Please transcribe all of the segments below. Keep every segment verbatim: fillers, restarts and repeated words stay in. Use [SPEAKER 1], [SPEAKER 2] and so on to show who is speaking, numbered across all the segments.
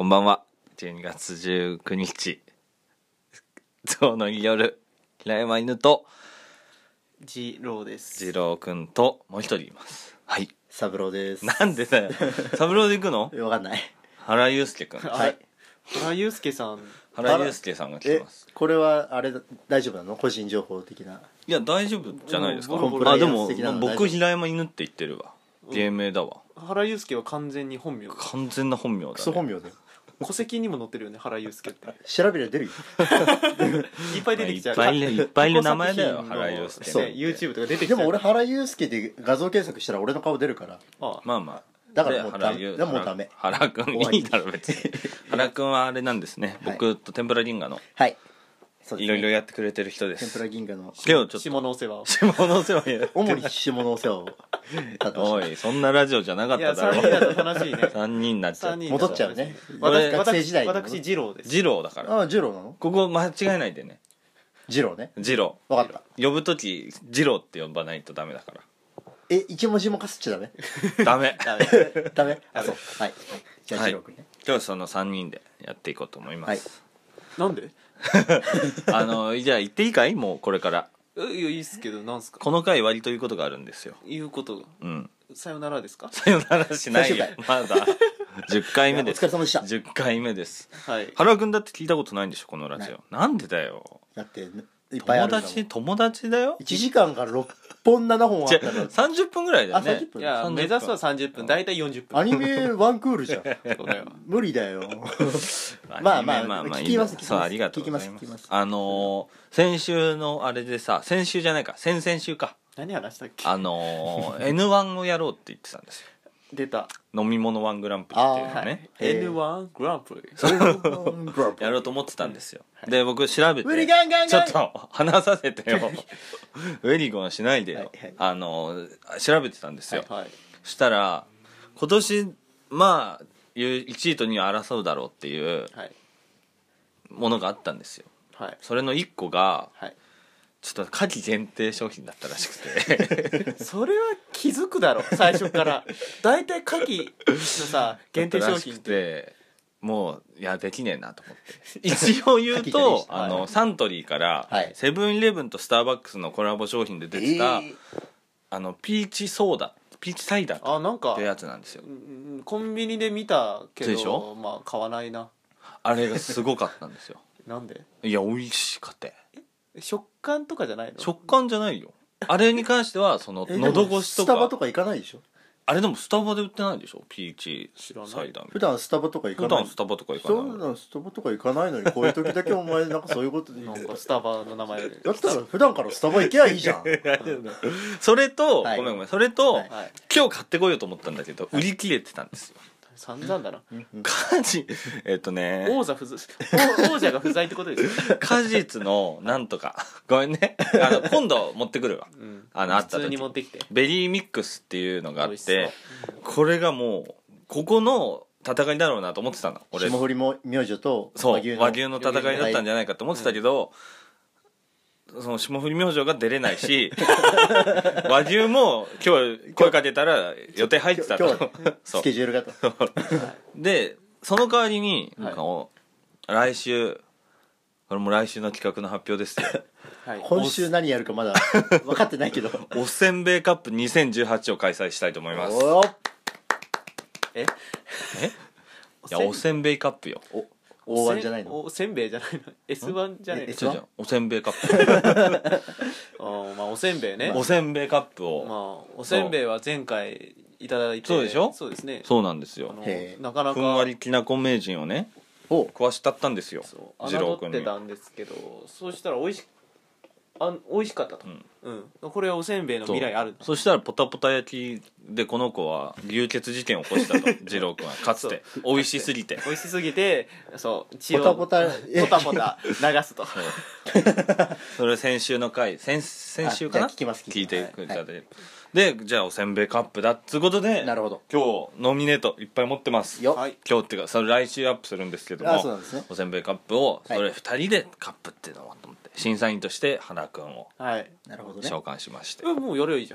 [SPEAKER 1] こんばんは。じゅうにがつじゅうくにち今日の夜、平山犬と
[SPEAKER 2] 次郎です。
[SPEAKER 1] 次郎くんともう一人います。はい。
[SPEAKER 2] 三郎です。
[SPEAKER 1] なんでだよ。三郎で行くの？
[SPEAKER 2] わかんない。
[SPEAKER 1] 原祐介くん。
[SPEAKER 2] はい。
[SPEAKER 3] 原祐介さん。
[SPEAKER 1] 原祐介さんが来てます。
[SPEAKER 2] え、これはあれ大丈夫なの？個人情報的な。
[SPEAKER 1] いや大丈夫じゃないですか。
[SPEAKER 2] コンプラ
[SPEAKER 1] あでも
[SPEAKER 2] イアンス的なの
[SPEAKER 1] 僕
[SPEAKER 2] 大丈夫
[SPEAKER 1] 平山犬って言ってるわ。芸名だわ。
[SPEAKER 3] 原祐介は完全に本名。
[SPEAKER 1] 完全な本名だね。
[SPEAKER 2] クソ本名だよ。
[SPEAKER 3] 戸籍にも載ってるよね、原祐介って。
[SPEAKER 2] 調べりゃ出るよ。
[SPEAKER 3] いっぱい出てきちゃう。
[SPEAKER 1] いっぱいいっぱいいる名前だよ、
[SPEAKER 3] 過去作品の
[SPEAKER 1] 原祐介。
[SPEAKER 2] そう
[SPEAKER 3] YouTube とか出てきちゃう。
[SPEAKER 2] でも俺原祐介で画像検索したら俺の顔出るから。
[SPEAKER 3] ああ
[SPEAKER 1] まあまあ。
[SPEAKER 2] だからもう
[SPEAKER 1] で
[SPEAKER 2] ダメ。でももうダメ。
[SPEAKER 1] 原くんいいだろ別に。原くんはあれなんですね。
[SPEAKER 2] はい
[SPEAKER 1] 僕と天ぷら銀河の
[SPEAKER 2] はい。そうですね
[SPEAKER 1] いろいろやってくれてる人です。
[SPEAKER 2] 天ぷら銀河の
[SPEAKER 1] 今日ちょっと
[SPEAKER 3] 下のお世話を。
[SPEAKER 1] 下のお世話や
[SPEAKER 2] 主に下のお世話を担当して
[SPEAKER 1] おいそんなラジオじゃなかっ
[SPEAKER 3] いや、
[SPEAKER 1] ただ
[SPEAKER 3] 3人だ
[SPEAKER 1] ろ。
[SPEAKER 3] と楽しいね。
[SPEAKER 1] さんにんになっちゃう
[SPEAKER 3] 三人
[SPEAKER 2] 戻っちゃうね。
[SPEAKER 3] 私、
[SPEAKER 2] 学生時代に
[SPEAKER 3] 私、次郎です。
[SPEAKER 1] 二郎だから。
[SPEAKER 2] ああ、ジローなの？
[SPEAKER 1] ここ間違えないでね。
[SPEAKER 2] ジローね。
[SPEAKER 1] 二郎。
[SPEAKER 2] わかった。
[SPEAKER 1] 呼ぶとき二郎って呼ばないとダメだか
[SPEAKER 2] え、一文字もかすっちゃダメ？
[SPEAKER 1] ら。ダメ。
[SPEAKER 3] ダメ。
[SPEAKER 2] ダメ？あ、そう。はい。じゃあ
[SPEAKER 1] はい
[SPEAKER 2] ジローくんね。
[SPEAKER 1] 今日はそのさんにんでやっていこうと思います。
[SPEAKER 3] なんで？
[SPEAKER 1] あのじゃあ言っていいかい？もうこれから。
[SPEAKER 3] えいや、いいっすけど、なんすか？
[SPEAKER 1] この回割ということがあるんですよ。
[SPEAKER 3] いうことが。
[SPEAKER 1] うん。
[SPEAKER 3] さよならですか？
[SPEAKER 1] さよならしないよ
[SPEAKER 2] 最終。
[SPEAKER 1] まだじゅっかいめです。
[SPEAKER 2] お疲れ様でした
[SPEAKER 1] じゅっかいめです。
[SPEAKER 3] はい。
[SPEAKER 1] 原くんだって聞いたことないんでしょこのラジ
[SPEAKER 2] な
[SPEAKER 1] オ。なんでだよ。
[SPEAKER 2] だっていっぱいあるんだもん。
[SPEAKER 1] 友達友達だよ。
[SPEAKER 2] いちじかんからろっぽんななほんあ
[SPEAKER 1] じゃ
[SPEAKER 2] ったら
[SPEAKER 1] さんじゅっぷんぐらいだよ
[SPEAKER 2] あ、さん
[SPEAKER 1] ね
[SPEAKER 2] じゅっ。ぷん
[SPEAKER 3] いや、目指すはさんじゅっぷん、だいたいよんじゅっぷん。
[SPEAKER 2] アニメワンクールじゃん。
[SPEAKER 3] そうだよ。
[SPEAKER 2] 無理だよ。まあまあ聞きます聞きます
[SPEAKER 1] そうありがとうございます
[SPEAKER 2] 聞きます聞きます
[SPEAKER 1] あのー先週のあれでさ先週じゃないか先々週か
[SPEAKER 3] 何話したっけ？
[SPEAKER 1] あのー エヌワン をやろうって言ってたんですよ。
[SPEAKER 3] 出た。
[SPEAKER 1] 飲み物ワングランプリっていうの
[SPEAKER 3] はい
[SPEAKER 1] ね。
[SPEAKER 2] へー
[SPEAKER 3] エヌワン グランプリ。
[SPEAKER 1] やろうと思ってたんですよ。で僕調べて
[SPEAKER 2] ウリガンガンガン
[SPEAKER 1] ちょっと話させてよウェリゴンしないでよ、
[SPEAKER 2] はいはい
[SPEAKER 1] あのー調べてたんですよ、
[SPEAKER 3] はい。
[SPEAKER 1] そしたら今年まあいちいとにいを争うだろうっていう
[SPEAKER 3] はい。
[SPEAKER 1] ものがあったんですよ。
[SPEAKER 3] はい。
[SPEAKER 1] それのいっこが
[SPEAKER 3] はい。
[SPEAKER 1] ちょっと夏季限定商品だったらしくて
[SPEAKER 3] それは気づくだろ最初から。大体夏季のさ限定商品っ
[SPEAKER 1] だったらしくてもういやできねえなと思って一応言う
[SPEAKER 2] 夏季じゃねえし
[SPEAKER 1] とあのサントリーから
[SPEAKER 2] はい
[SPEAKER 1] セブンイレブンとスターバックスのコラボ商品で出てた、
[SPEAKER 2] えー
[SPEAKER 1] あのピーチソーダピーチサイダー
[SPEAKER 3] あ、なんか
[SPEAKER 1] ってやつなんですよ。
[SPEAKER 3] うんコンビニで見たけ
[SPEAKER 1] そうでしょ
[SPEAKER 3] ど、まあ買わないな。
[SPEAKER 1] あれがすごかったんですよ
[SPEAKER 3] なんで？
[SPEAKER 1] いや美味しかった
[SPEAKER 3] 食感とかじゃないの？
[SPEAKER 1] 食感じゃないよあれに関してはその
[SPEAKER 2] えでも
[SPEAKER 1] 喉越しとか
[SPEAKER 2] スタバとか行かないでしょ？
[SPEAKER 1] あれでもスタバで売ってないでしょピーチ
[SPEAKER 3] 知らない
[SPEAKER 1] サイダーみたい
[SPEAKER 2] 普段スタバとか行か
[SPEAKER 1] な。普
[SPEAKER 2] ない
[SPEAKER 1] 段スタバとか行か
[SPEAKER 2] そ
[SPEAKER 1] ない
[SPEAKER 2] んなスタバとか行かないのにこういう時だけお前なんかそういうことで
[SPEAKER 3] なんかスタバの名前で。
[SPEAKER 2] だったら普段からスタバ行けばいいじゃん。
[SPEAKER 1] それと、
[SPEAKER 2] はい
[SPEAKER 1] ごめんごめんそれと、
[SPEAKER 2] はい
[SPEAKER 3] はい。
[SPEAKER 1] 今日買ってこようと思ったんだけど、売り切れてたんですよ。
[SPEAKER 3] 散々だな。
[SPEAKER 1] 果実えっとね
[SPEAKER 3] 王座不在。王王者が不在ってことですよ。
[SPEAKER 1] 果実のなんとかごめんねあの今度持ってくるわ。
[SPEAKER 3] うん。
[SPEAKER 1] あのあった
[SPEAKER 3] 普通に
[SPEAKER 1] 時
[SPEAKER 3] 持ってきて。
[SPEAKER 1] ベリーミックスっていうのがあっ
[SPEAKER 3] 美味
[SPEAKER 1] て
[SPEAKER 3] し
[SPEAKER 1] これがもうここの戦いだろうなと思ってたの俺。
[SPEAKER 2] 霜降りも明星と
[SPEAKER 1] そう
[SPEAKER 2] 和牛の
[SPEAKER 1] 和牛の戦いだったんじゃないかと思ってたけど、その霜降り明星が出れないし和牛も今日声かけたら予定入ってたと
[SPEAKER 2] 今日は
[SPEAKER 1] そう
[SPEAKER 2] スケジュールがと。
[SPEAKER 1] でその代わりに、
[SPEAKER 3] はい
[SPEAKER 1] なんかお来週これも来週の企画の発表ですよ
[SPEAKER 3] はい。
[SPEAKER 2] 今週何やるかまだ分かってないけど。
[SPEAKER 1] おせんべいカップにせんじゅうはちを開催したいと思います。
[SPEAKER 2] おー
[SPEAKER 3] え？
[SPEAKER 1] えいやおせんべいカップよ。
[SPEAKER 2] 大ワンじゃないの？
[SPEAKER 3] おせんべいじゃないの？ エスワン じゃないの？
[SPEAKER 2] え
[SPEAKER 1] 違う違うおせんべいカップ
[SPEAKER 3] あーまあおせんべいね。
[SPEAKER 1] おせんべいカップを、
[SPEAKER 3] まあおせんべいは前回いただいて。
[SPEAKER 1] そうでしょ
[SPEAKER 3] そうですね。
[SPEAKER 1] そうなんですよ。
[SPEAKER 3] あの
[SPEAKER 2] へー
[SPEAKER 3] なかなか
[SPEAKER 1] ふんわりきなこ名人をね
[SPEAKER 2] お
[SPEAKER 1] 食わしたったんですよ
[SPEAKER 3] そう
[SPEAKER 1] 二郎君に。
[SPEAKER 3] 侮ってたんですけど、そうしたら美味しあ美味しかったと。うん。これはおせんべいの未来ある
[SPEAKER 1] そしたらポタポタ焼きでこの子は流血事件を起こしたと二郎君はかつて美味しすぎて
[SPEAKER 3] 美味しすぎて、そう血を
[SPEAKER 2] ポタポタ
[SPEAKER 3] ポタポタ流すと。
[SPEAKER 1] それ先週の回先先週かな
[SPEAKER 2] あじゃあ聞きます
[SPEAKER 1] 聞いてくれた
[SPEAKER 2] はい
[SPEAKER 1] で、でじゃあおせんべいカップだっつうことで
[SPEAKER 2] なるほど。
[SPEAKER 1] 今日ノミネートいっぱい持ってます
[SPEAKER 2] よ
[SPEAKER 3] はい。
[SPEAKER 1] 今日っていうかそれ来週アップするんですけど
[SPEAKER 2] あ、そうな
[SPEAKER 1] も
[SPEAKER 2] んですね。
[SPEAKER 1] おせんべいカップを
[SPEAKER 2] はい
[SPEAKER 1] それふたりでカップっていうのをと思って審査員として原くんを
[SPEAKER 3] はい。
[SPEAKER 2] なるほどね。
[SPEAKER 1] 召喚しまして、
[SPEAKER 3] えもうやればいいじゃん。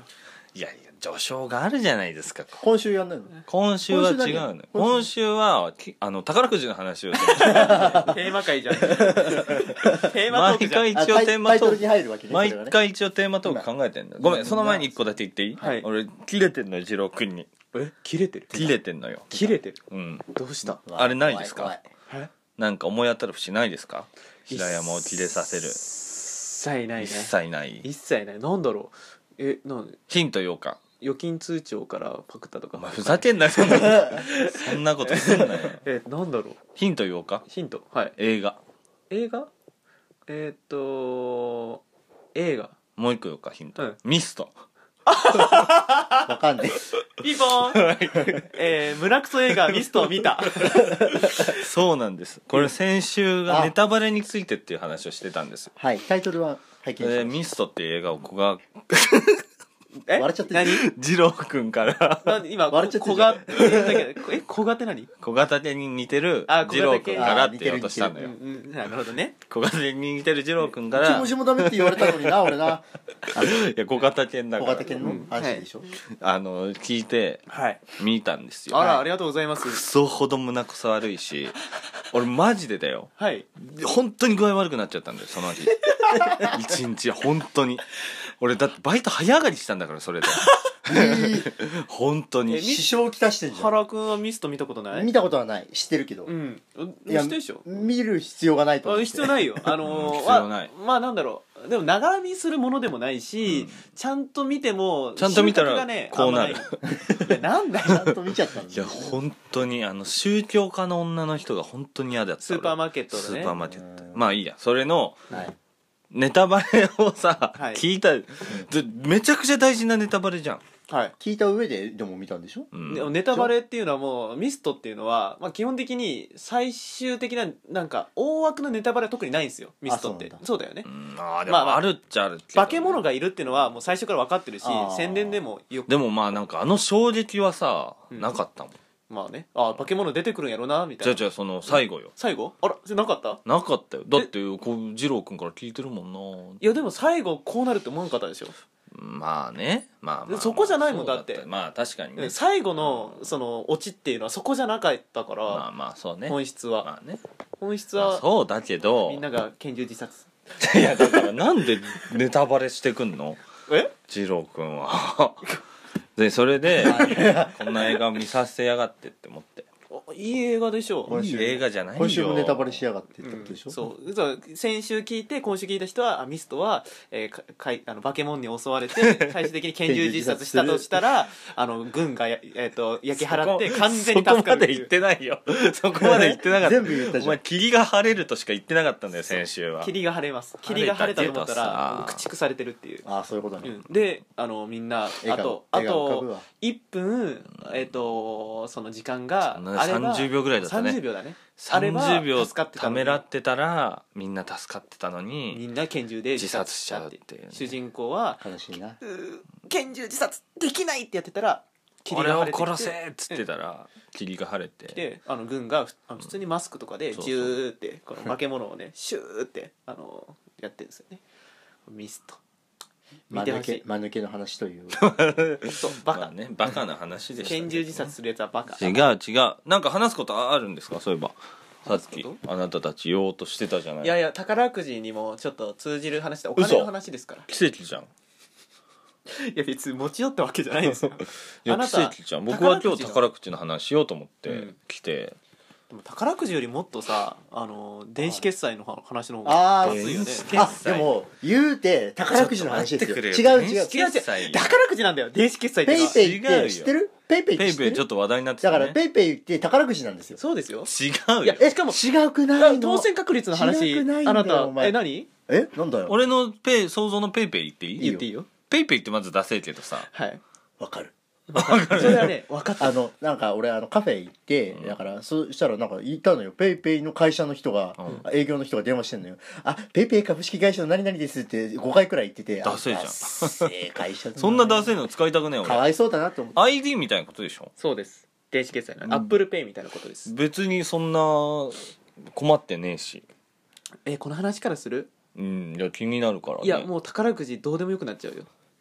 [SPEAKER 1] いやいや序章があるじゃないですか。
[SPEAKER 2] 今週やんないの？
[SPEAKER 1] 今週は違うのよ。今
[SPEAKER 2] 今
[SPEAKER 1] 週はきあの宝くじの話をして
[SPEAKER 3] テーマ会じゃんテーマトークじゃん
[SPEAKER 1] 毎回一応テーマ
[SPEAKER 2] タイトル
[SPEAKER 1] トーク
[SPEAKER 2] に入るわけね。それが
[SPEAKER 1] 毎
[SPEAKER 2] ね
[SPEAKER 1] 回一応テーマトーク考えてんだよ。ごめん、その前に一個だけ言っていい？
[SPEAKER 3] はい
[SPEAKER 1] 俺切れてんのよ、二郎くんに。
[SPEAKER 3] え切れてる
[SPEAKER 1] 切れてんのよ。
[SPEAKER 3] 切れてる
[SPEAKER 1] うん。
[SPEAKER 3] どうした
[SPEAKER 2] うわ
[SPEAKER 1] あれないですか
[SPEAKER 2] 怖い
[SPEAKER 3] え
[SPEAKER 1] なんか思い当たる節ないですか？平山を切れさせる。
[SPEAKER 3] 一切ないね
[SPEAKER 1] 一切ない。
[SPEAKER 3] 一切ないなんだろうえなん
[SPEAKER 1] ヒント言おうか。
[SPEAKER 3] 預金通帳からパクったとか
[SPEAKER 1] お前ふざけんなよ、そんなそんなことすんなよ。
[SPEAKER 3] えなんだろう
[SPEAKER 1] ヒント言おうか。
[SPEAKER 3] ヒントはい
[SPEAKER 1] 映画。
[SPEAKER 3] 映画えー、っと映画
[SPEAKER 1] もう一個言おうか、ヒント。
[SPEAKER 3] うん
[SPEAKER 1] ミスト。
[SPEAKER 2] わかんね
[SPEAKER 3] ピンポーンえー、胸クソ映画ミストを見た
[SPEAKER 1] そうなんです。これ先週がネタバレについてっていう話をしてたんですよ。
[SPEAKER 2] え。はい、タイトルは拝見し
[SPEAKER 1] で
[SPEAKER 2] まし
[SPEAKER 1] ミストっていう映画を古賀
[SPEAKER 3] え
[SPEAKER 2] 笑っちゃってる
[SPEAKER 3] 何
[SPEAKER 1] 二郎くんから
[SPEAKER 3] 何今
[SPEAKER 2] 笑っちゃって
[SPEAKER 3] 小
[SPEAKER 2] るじゃん
[SPEAKER 3] 型って言ったけどえ小型って何
[SPEAKER 1] 小型犬に似てる
[SPEAKER 3] あ
[SPEAKER 1] 二郎くんからって言おうとしたの
[SPEAKER 3] うん
[SPEAKER 1] よ。
[SPEAKER 3] うんなるほどね
[SPEAKER 1] 小型犬に似てる二郎くんか
[SPEAKER 2] た。気
[SPEAKER 1] ら、い
[SPEAKER 2] 持ちもダメって言われたのにな、俺な。あの
[SPEAKER 1] や小型犬だ
[SPEAKER 2] 小
[SPEAKER 1] から
[SPEAKER 2] 型犬の話でしょ。
[SPEAKER 1] あの聞いて
[SPEAKER 3] はい
[SPEAKER 1] 見たんですよ。
[SPEAKER 3] あらありがとうございます
[SPEAKER 1] クソほど胸くそ悪いし、俺マジでだよ。
[SPEAKER 3] はい
[SPEAKER 1] 本当に具合悪くなっちゃったんだよ、その日。一日本当に。俺だってバイト早上がりしたんだからそれで。本当に。
[SPEAKER 3] え
[SPEAKER 2] 支障をきたしてんじゃ
[SPEAKER 3] 原くんはミスト見たことない
[SPEAKER 2] ん。見たことはない。知ってるけど
[SPEAKER 3] う。ん
[SPEAKER 2] いや
[SPEAKER 3] 知ってるでしょ
[SPEAKER 2] 見る必要がないと思って。
[SPEAKER 3] あ必要ないよあのー
[SPEAKER 1] うん必要ない
[SPEAKER 3] まあまあなんだろうでも長編みするものでもないし、
[SPEAKER 1] うん
[SPEAKER 3] ちゃんと見ても
[SPEAKER 1] ちゃんと見たら
[SPEAKER 3] 収穫がね
[SPEAKER 1] こうなる
[SPEAKER 3] あんまないいやなんだよ
[SPEAKER 2] ちゃんと見ちゃったんだ
[SPEAKER 1] いや本当にあの宗教家の女の人が本当に嫌だった。
[SPEAKER 3] スーパーマーケットでね
[SPEAKER 1] スーパーマーケット。
[SPEAKER 2] うん
[SPEAKER 1] まあいいや、それの
[SPEAKER 2] はい。
[SPEAKER 1] ネタバレをさ、
[SPEAKER 3] はい
[SPEAKER 1] 聞いた、でめちゃくちゃ大事なネタバレじゃん。
[SPEAKER 3] はい
[SPEAKER 2] 聞いた上ででも見たんでしょ。
[SPEAKER 1] うん
[SPEAKER 3] でもネタバレっていうのはもうミストっていうのは、まあ、基本的に最終的ななんか大枠のネタバレは特にないんですよミストって
[SPEAKER 2] あそうなんだ
[SPEAKER 3] そうだよね
[SPEAKER 1] うんあーで
[SPEAKER 3] まあまあ
[SPEAKER 1] もあるっちゃあるけど
[SPEAKER 3] 化け物がいるっていうのはもう最初から分かってるし
[SPEAKER 2] あー
[SPEAKER 3] 宣伝でもよく
[SPEAKER 1] でもまあなんかあの衝撃はさ、
[SPEAKER 3] うん
[SPEAKER 1] なかったもん。
[SPEAKER 3] まあねああ化け物出てくるんやろなみたいな
[SPEAKER 1] じゃあじゃあその最後よ。
[SPEAKER 3] 最後あらそれなかった
[SPEAKER 1] なかったよ。だってこう二郎くんから聞いてるもんな。
[SPEAKER 3] いやでも最後こうなるって思わなかったでしょ
[SPEAKER 1] まあね、まあまあ、
[SPEAKER 3] そこじゃないもん
[SPEAKER 1] そう
[SPEAKER 3] だって
[SPEAKER 1] まあ確かにね。
[SPEAKER 3] 最後のそのオチっていうのはそこじゃなかったから、
[SPEAKER 1] まあまあそうね。
[SPEAKER 3] 本質は、
[SPEAKER 1] まあね。
[SPEAKER 3] 本質
[SPEAKER 1] まあ
[SPEAKER 3] は
[SPEAKER 1] そうだけど、
[SPEAKER 3] みんなが拳銃自殺
[SPEAKER 1] いやだからなんでネタバレしてくんの
[SPEAKER 3] え
[SPEAKER 1] 二郎くんは。でそれでこんな映画見させやがってって思って。
[SPEAKER 3] おいい映画でしょ
[SPEAKER 2] 今週
[SPEAKER 1] いい映画じゃないよ。
[SPEAKER 2] 今週もネタバレしやがってって
[SPEAKER 3] うん
[SPEAKER 2] ことでしょ。
[SPEAKER 3] そうそう先週聞いて今週聞いた人はあミストは、えーかかいあの化け物に襲われて最終的に拳銃自殺したとしたらあの軍がや、えー、と焼き払って完全に助かる
[SPEAKER 1] そこまで言ってないよ。そこまで言ってなかった。
[SPEAKER 2] 全部言ったじゃん
[SPEAKER 1] お前霧が晴れるとしか言ってなかったんだよ先週は。
[SPEAKER 3] 霧が晴れます霧が晴れたと思った
[SPEAKER 1] 晴れたけど
[SPEAKER 3] ら
[SPEAKER 1] さ
[SPEAKER 3] 駆逐されてるっていう、
[SPEAKER 2] ああ、そういうことね。
[SPEAKER 3] うん、であのみんなあ
[SPEAKER 2] 絵が
[SPEAKER 3] とあ
[SPEAKER 2] 絵が浮かぶ
[SPEAKER 3] と
[SPEAKER 2] わ
[SPEAKER 3] いっぷん、えっ、とその時間が
[SPEAKER 1] そんな
[SPEAKER 3] あれば
[SPEAKER 1] さんじゅうびょうぐらいだったね
[SPEAKER 3] さんじゅうびょうだねあれば
[SPEAKER 1] さんじゅうびょう
[SPEAKER 3] 助かってたのに
[SPEAKER 1] ためらってたらみんな助かってたのに
[SPEAKER 3] みんな拳銃で自殺
[SPEAKER 1] 自殺しちゃうっていうね
[SPEAKER 3] 主人公は
[SPEAKER 2] 悲しいな。
[SPEAKER 3] うー拳銃自殺できないってやってたら霧
[SPEAKER 1] 俺を
[SPEAKER 3] が晴れてきて
[SPEAKER 1] 殺せっつってたら霧が晴れて
[SPEAKER 3] であの軍がふあの普通にマスクとかで
[SPEAKER 1] そうそう
[SPEAKER 3] ジューってこの化け物をねシューってあのやってるんですよねミスト見
[SPEAKER 2] 間抜
[SPEAKER 3] てほしい、
[SPEAKER 2] け間抜けの話という。
[SPEAKER 3] そうバカ、
[SPEAKER 1] まあねバカな話でしたけど
[SPEAKER 3] 拳銃自殺するやつはバカ
[SPEAKER 1] 違う違うなんか話すことあるんですかそういえばさっき
[SPEAKER 3] 話すこ
[SPEAKER 1] あなたたち言おうとしてたじゃない
[SPEAKER 3] いやいや宝くじにもちょっと通じる話でお金の話ですから
[SPEAKER 1] 奇跡じゃん
[SPEAKER 3] いや別に持ち寄ったわけじゃないんですよ
[SPEAKER 1] いや
[SPEAKER 3] あなた
[SPEAKER 1] 奇跡じゃん僕は今日
[SPEAKER 3] 宝くじの
[SPEAKER 1] 宝くじの話しようと思って
[SPEAKER 3] うん
[SPEAKER 1] 来て、
[SPEAKER 3] でも宝くじよりもっとさあの電子決済の話の方
[SPEAKER 2] あー
[SPEAKER 3] が熱いよね
[SPEAKER 1] 電子決
[SPEAKER 2] あ、でも、言うて、宝くじの話ですよ。違
[SPEAKER 1] ちょっと待ってくれよ
[SPEAKER 2] う違う。
[SPEAKER 3] 違う違う
[SPEAKER 1] 決済
[SPEAKER 3] 宝くじなんだよ電子決済ってのは
[SPEAKER 2] ペイペイっ
[SPEAKER 1] 違うよ
[SPEAKER 2] て知ってるペイペイっ
[SPEAKER 1] ペイ
[SPEAKER 2] て知ってる
[SPEAKER 1] ペイちょっと話題になって
[SPEAKER 2] だ
[SPEAKER 1] たね
[SPEAKER 2] からペイペイって宝くじなんですよ。
[SPEAKER 3] そうですよ
[SPEAKER 1] 違うよ
[SPEAKER 3] いやえしかも
[SPEAKER 2] 違くないの
[SPEAKER 3] 当選確率の話
[SPEAKER 2] 違くないんだよ
[SPEAKER 3] あなた
[SPEAKER 2] お前
[SPEAKER 3] え何
[SPEAKER 2] えなんだよ。
[SPEAKER 1] 俺のペイ想像のペイペイ言っていい
[SPEAKER 2] いいよ
[SPEAKER 3] 言っていいよ
[SPEAKER 1] ペイペイってまず出せるけどさ
[SPEAKER 3] はい
[SPEAKER 2] わかる。
[SPEAKER 3] それはね分かった
[SPEAKER 2] あの、なんか俺あのカフェ行って、だから、そしたらなんか言ったのよ。ペイペイの会社の人が、
[SPEAKER 1] う
[SPEAKER 2] 営業の人が電話してんのよ。あ、ペイペイ株式会社の何々ですってごかいくらい言ってて。
[SPEAKER 1] ダセえじゃん
[SPEAKER 2] あダセえ会社だ
[SPEAKER 1] そんな出せるの使いたくねえ俺
[SPEAKER 2] かわいそうだなと思って。
[SPEAKER 1] アイディー みたいなことでしょ
[SPEAKER 3] そうです電子決済のアップルペイみたいなことです
[SPEAKER 1] 別にそんな困ってねえし
[SPEAKER 3] えこの話からする
[SPEAKER 1] うんいや気になるからね
[SPEAKER 3] いやもう宝くじどうでもよくなっちゃうよ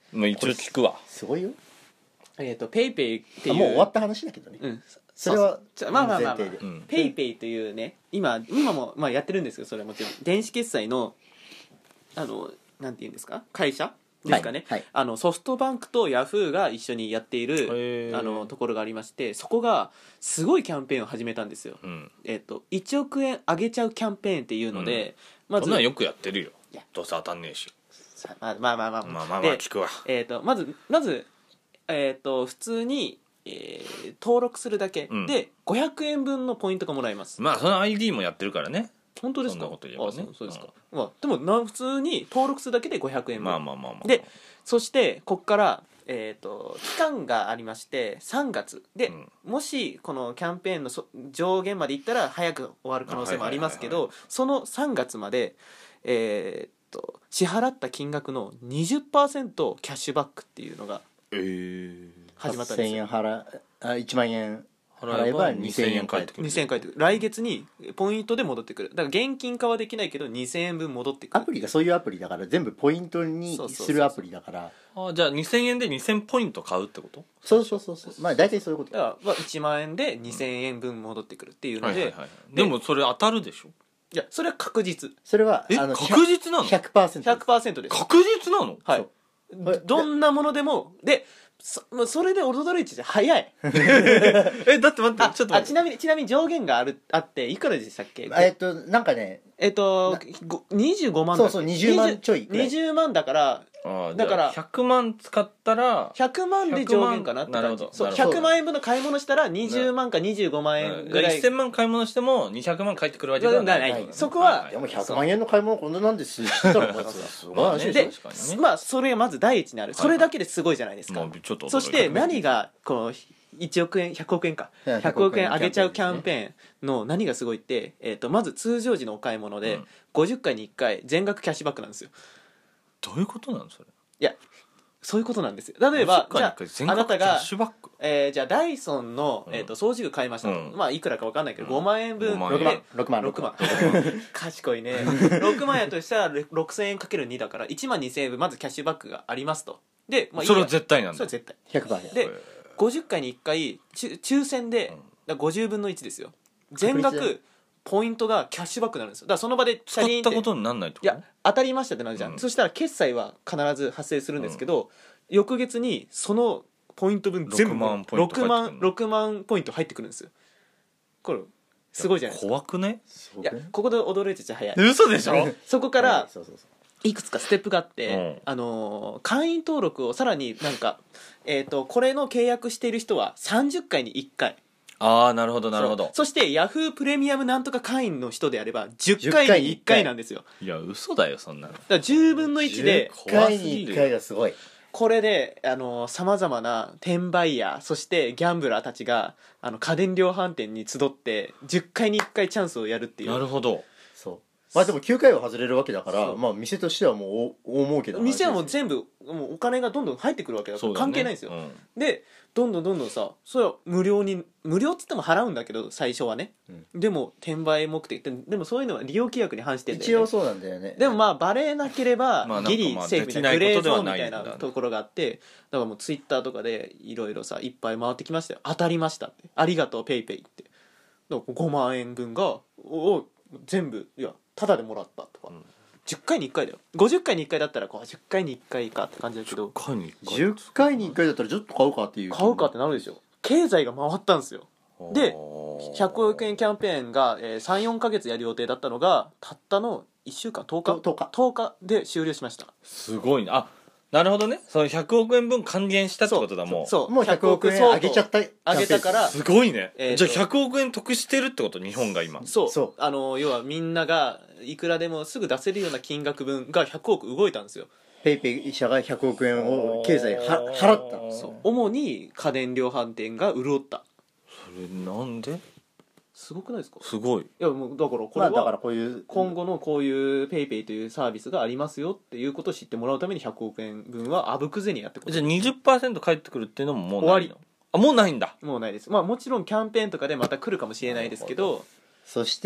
[SPEAKER 1] まあ一応聞くわ。
[SPEAKER 2] すごいよ。
[SPEAKER 3] えっ、とペイペイっていう
[SPEAKER 2] あもう終わった話だけどね、
[SPEAKER 3] うん、
[SPEAKER 2] それは
[SPEAKER 3] ちょまあまあまあ、まあ
[SPEAKER 2] 前提で、
[SPEAKER 1] うん
[SPEAKER 3] ペイペイというね今今もまあやってるんですけど、それはもちろん電子決済のあのなんていうんですか会社ですかね、
[SPEAKER 2] はいはい
[SPEAKER 3] あのソフトバンクとヤフーが一緒にやってい
[SPEAKER 1] へ
[SPEAKER 3] る
[SPEAKER 1] ー
[SPEAKER 3] あのところがありまして、そこがすごいキャンペーンを始めたんですよ。
[SPEAKER 1] うん。
[SPEAKER 3] えっ、といちおくえんあげちゃうキャンペーンっていうので、まず
[SPEAKER 1] そんなんよくやってるよ
[SPEAKER 3] いや。
[SPEAKER 1] どうせ当たんねえし。
[SPEAKER 3] さまあまあまあまあ
[SPEAKER 1] まあまあまあ
[SPEAKER 3] で
[SPEAKER 1] 聞くわ。
[SPEAKER 3] えー、とまずまず、えー、と普通に、えー登録するだけ
[SPEAKER 1] うん
[SPEAKER 3] でごひゃくえんぶんのポイントがもらえます。
[SPEAKER 1] まあその アイディー もやってるからね。
[SPEAKER 3] 本当ですか？
[SPEAKER 1] そんなこと言えばね
[SPEAKER 3] あそうそうですか、まあ、でもな普通に登録するだけでごひゃくえんぶん、
[SPEAKER 1] まあまあまあまあ。
[SPEAKER 3] でそしてここから、えー、と期間がありましてさんがつで、
[SPEAKER 1] うん
[SPEAKER 3] もしこのキャンペーンのそ上限までいったら早く終わる可能性もありますけ
[SPEAKER 1] あはいはい
[SPEAKER 3] ど、そのさんがつまで、えー、と支払った金額の にじゅっパーセント キャッシュバックっていうのが
[SPEAKER 1] えー、
[SPEAKER 3] 始まったんです
[SPEAKER 2] はっせんえん
[SPEAKER 3] よ。
[SPEAKER 2] 払あいちまんえん
[SPEAKER 1] 払
[SPEAKER 2] 払えば
[SPEAKER 1] えばにせんえん返ってくる。
[SPEAKER 3] にせんえん返ってくる。来月にポイントで戻ってくる。だから現金化はできないけどにせんえんぶん戻ってくる。
[SPEAKER 2] アプリがそういうアプリだから全部ポイントに
[SPEAKER 3] そうそうそうそう
[SPEAKER 2] するアプリだから
[SPEAKER 1] あじゃあにせんえんでにせんポイント買うってこと？
[SPEAKER 2] そうそうそうそうまあ大体そういうこと
[SPEAKER 3] だからまあいちまんえんでにせんえんぶん戻ってくるっていうので、
[SPEAKER 1] はいはいはい。でもそれ当たるでしょ？
[SPEAKER 3] いやそれは確実
[SPEAKER 2] それは
[SPEAKER 1] え
[SPEAKER 2] あの
[SPEAKER 1] 確実なの？
[SPEAKER 2] ひゃくパーセント
[SPEAKER 3] ひゃくパーセントです。
[SPEAKER 1] 確実なの？
[SPEAKER 3] はい
[SPEAKER 2] そう
[SPEAKER 3] どんなものでもでそもうそれで驚いてて早い
[SPEAKER 1] えだって待って
[SPEAKER 3] あ
[SPEAKER 1] ちょっと待って。
[SPEAKER 3] あちなみにちなみに上限があるあっていくらでしたっけ？
[SPEAKER 2] えっとなんかね
[SPEAKER 3] えっとごにじゅうごまんだっけ
[SPEAKER 2] そうそうにじゅうまんちょいくらい
[SPEAKER 3] にじゅうまんだから
[SPEAKER 1] あ
[SPEAKER 3] だから
[SPEAKER 1] ひゃくまん使ったら
[SPEAKER 3] ひゃくまんで上限かなって
[SPEAKER 1] なるほ
[SPEAKER 3] 感じそう
[SPEAKER 1] どなるほど
[SPEAKER 3] ひゃくまんえんぶんの買い物したらにじゅうまんかにじゅうごまん円ぐらい
[SPEAKER 1] せんまん買い物してもにひゃくまん返ってくるわけではない。
[SPEAKER 3] ないそこは
[SPEAKER 2] でもひゃくまんえんの買い物こんななんです知ったらまずすごい話でしょ
[SPEAKER 3] で
[SPEAKER 1] 確かにね
[SPEAKER 3] まあそれがまず第一にあるそれだけですごいじゃないですか、
[SPEAKER 1] まあちょっと驚いた
[SPEAKER 3] そして何がこのいちおくえんひゃくおくえんか
[SPEAKER 2] うん
[SPEAKER 3] ひゃくおくえん上げちゃうキ
[SPEAKER 2] キャンペ
[SPEAKER 3] ャンペーンの何がすごいって、えー、とまず通常時のお買い物で
[SPEAKER 1] うん
[SPEAKER 3] ごじゅっかいにいっかい全額キャッシュバックなんですよ。
[SPEAKER 1] どういうことなのそれ？
[SPEAKER 3] いやそういうことなんですよ。例えばじゃああなた
[SPEAKER 1] キャッ
[SPEAKER 3] が
[SPEAKER 1] シュバック。
[SPEAKER 3] えー、じゃあダイソンの、
[SPEAKER 1] うん
[SPEAKER 3] えー、と掃除具買いましたと、
[SPEAKER 1] うん
[SPEAKER 3] まあいくらか分かんないけどごまんえんぶん
[SPEAKER 1] ごまん
[SPEAKER 3] で
[SPEAKER 2] ろくまんろくまん
[SPEAKER 3] ろくまん賢いねろくまんやとしたらろくせんえんかけるにだからいちまんにせんえんぶんまずキャッシュバックがありますとで、まあ、いいや
[SPEAKER 1] それは絶対なんだ
[SPEAKER 3] それは。絶対
[SPEAKER 2] ひゃくパーセント
[SPEAKER 3] でごじゅっかいにいっかいち抽選で、だからごじゅうぶんのいちですよ全
[SPEAKER 2] 確率
[SPEAKER 3] 額ポイントがキャッシュバックになるんですよ。だからその場でチ
[SPEAKER 1] 使っ
[SPEAKER 3] ャリンって
[SPEAKER 1] たことになんないってこと？
[SPEAKER 3] いや当たりましたってなるじゃん、
[SPEAKER 1] うん
[SPEAKER 3] そしたら決済は必ず発生するんですけど、翌月にそのポイント分全部
[SPEAKER 1] ろくまんポイント
[SPEAKER 3] ろくまん
[SPEAKER 1] 返ってくるの
[SPEAKER 3] ろくまんポイント入ってくるんですよ。これすごいじゃないですか。
[SPEAKER 1] 怖くね？
[SPEAKER 3] いやここで驚いてちゃ早い
[SPEAKER 1] 嘘でしょ？
[SPEAKER 3] そこから
[SPEAKER 2] そうそうそう
[SPEAKER 3] いくつかステップがあって、
[SPEAKER 1] うん
[SPEAKER 3] あのー会員登録をさらになんか、えー、とこれの契約している人はさんじゅっかいにいっかい
[SPEAKER 1] ああなるほどなるほど
[SPEAKER 3] そう。そしてヤフープレミアムなんとか会員の人であればじゅっかいにいっかいなんですよ。
[SPEAKER 1] いや嘘だよそんなの。
[SPEAKER 3] だからじゅうぶんのいちで
[SPEAKER 2] いっかいにいっかいがすごい
[SPEAKER 3] これでさまざまな転売ヤーそしてギャンブラーたちがあの家電量販店に集ってじゅっかいにいっかいチャンスをやるっていう。
[SPEAKER 1] なるほど。
[SPEAKER 2] そうまあでもきゅうかいは外れるわけだから
[SPEAKER 3] そう
[SPEAKER 2] まあ店としてはもう大大儲けだ
[SPEAKER 3] 店はもう
[SPEAKER 2] 部
[SPEAKER 3] 全部もうお金がどんどん入ってくるわけだから
[SPEAKER 1] そうだね
[SPEAKER 3] 関係ないんですよ、
[SPEAKER 1] うん
[SPEAKER 3] でどんどんどんどんさそれは無料に無料っつっても払うんだけど最初はね、でも転売目的ででもそういうのは利用規約に反してんだよね。
[SPEAKER 2] 一応そうなんだよね
[SPEAKER 3] でもまあバレなければ
[SPEAKER 1] まあなんか
[SPEAKER 3] ギリ
[SPEAKER 1] まあ
[SPEAKER 3] セーフみたいな
[SPEAKER 1] できないこ
[SPEAKER 3] グレーゾーンみ
[SPEAKER 1] とではないんだ
[SPEAKER 3] たいなところがあってだからもうツイッターとかでいろいろさいっぱい回ってきましたよ。当たりましたってありがとうペイペイってだからごまんえんぶんがおお全部いやタダでもらったとか、
[SPEAKER 1] ん
[SPEAKER 3] じゅっかいにいっかいだよ。ごじゅっかいにいっかいだったらごじゅっかいにいっかいかって感じだけど
[SPEAKER 1] かに
[SPEAKER 2] じゅっかいにいっかいだったらちょっと買うかっていう
[SPEAKER 3] 買うかってなるでしょ。経済が回ったんですよ。でひゃくおくえんキャンペーンが、えー、さんよんかげつやる予定だったのがたったのいっしゅうかんとおか
[SPEAKER 2] ととおか
[SPEAKER 3] とおかで終了しました。
[SPEAKER 1] すごいなあなるほどね。そのひゃくおくえんぶん還元したってことだもう。
[SPEAKER 3] そう
[SPEAKER 2] もうひゃくおくえんあげちゃった
[SPEAKER 3] あげたから
[SPEAKER 1] すごいね、
[SPEAKER 3] えーと
[SPEAKER 1] じゃあひゃくおくえん得してるってこと日本が今。
[SPEAKER 3] そう
[SPEAKER 2] そう
[SPEAKER 3] あの要はみんながいくらでもすぐ出せるような金額分がひゃくおく動いたんですよ。
[SPEAKER 2] ペイペイ社がひゃくおくえんを経済は払った
[SPEAKER 3] そう主に家電量販店が潤った。
[SPEAKER 1] それなんです
[SPEAKER 3] ごくないですか？
[SPEAKER 1] すごい。
[SPEAKER 3] いやもうだからこれ
[SPEAKER 2] まあだから
[SPEAKER 3] は
[SPEAKER 2] こういう
[SPEAKER 3] 今後のこういうペイペイというサービスがありますよっていうことを知ってもらうためにひゃくおくえんぶんはあぶく銭やってこと
[SPEAKER 1] じゃあ にじゅっパーセント 返ってくるっていうのももうないの？
[SPEAKER 3] 終わ
[SPEAKER 1] あもうないんだ。
[SPEAKER 3] もうないです。まあもちろんキャンペーンとかでまた来るかもしれないですけど
[SPEAKER 2] そして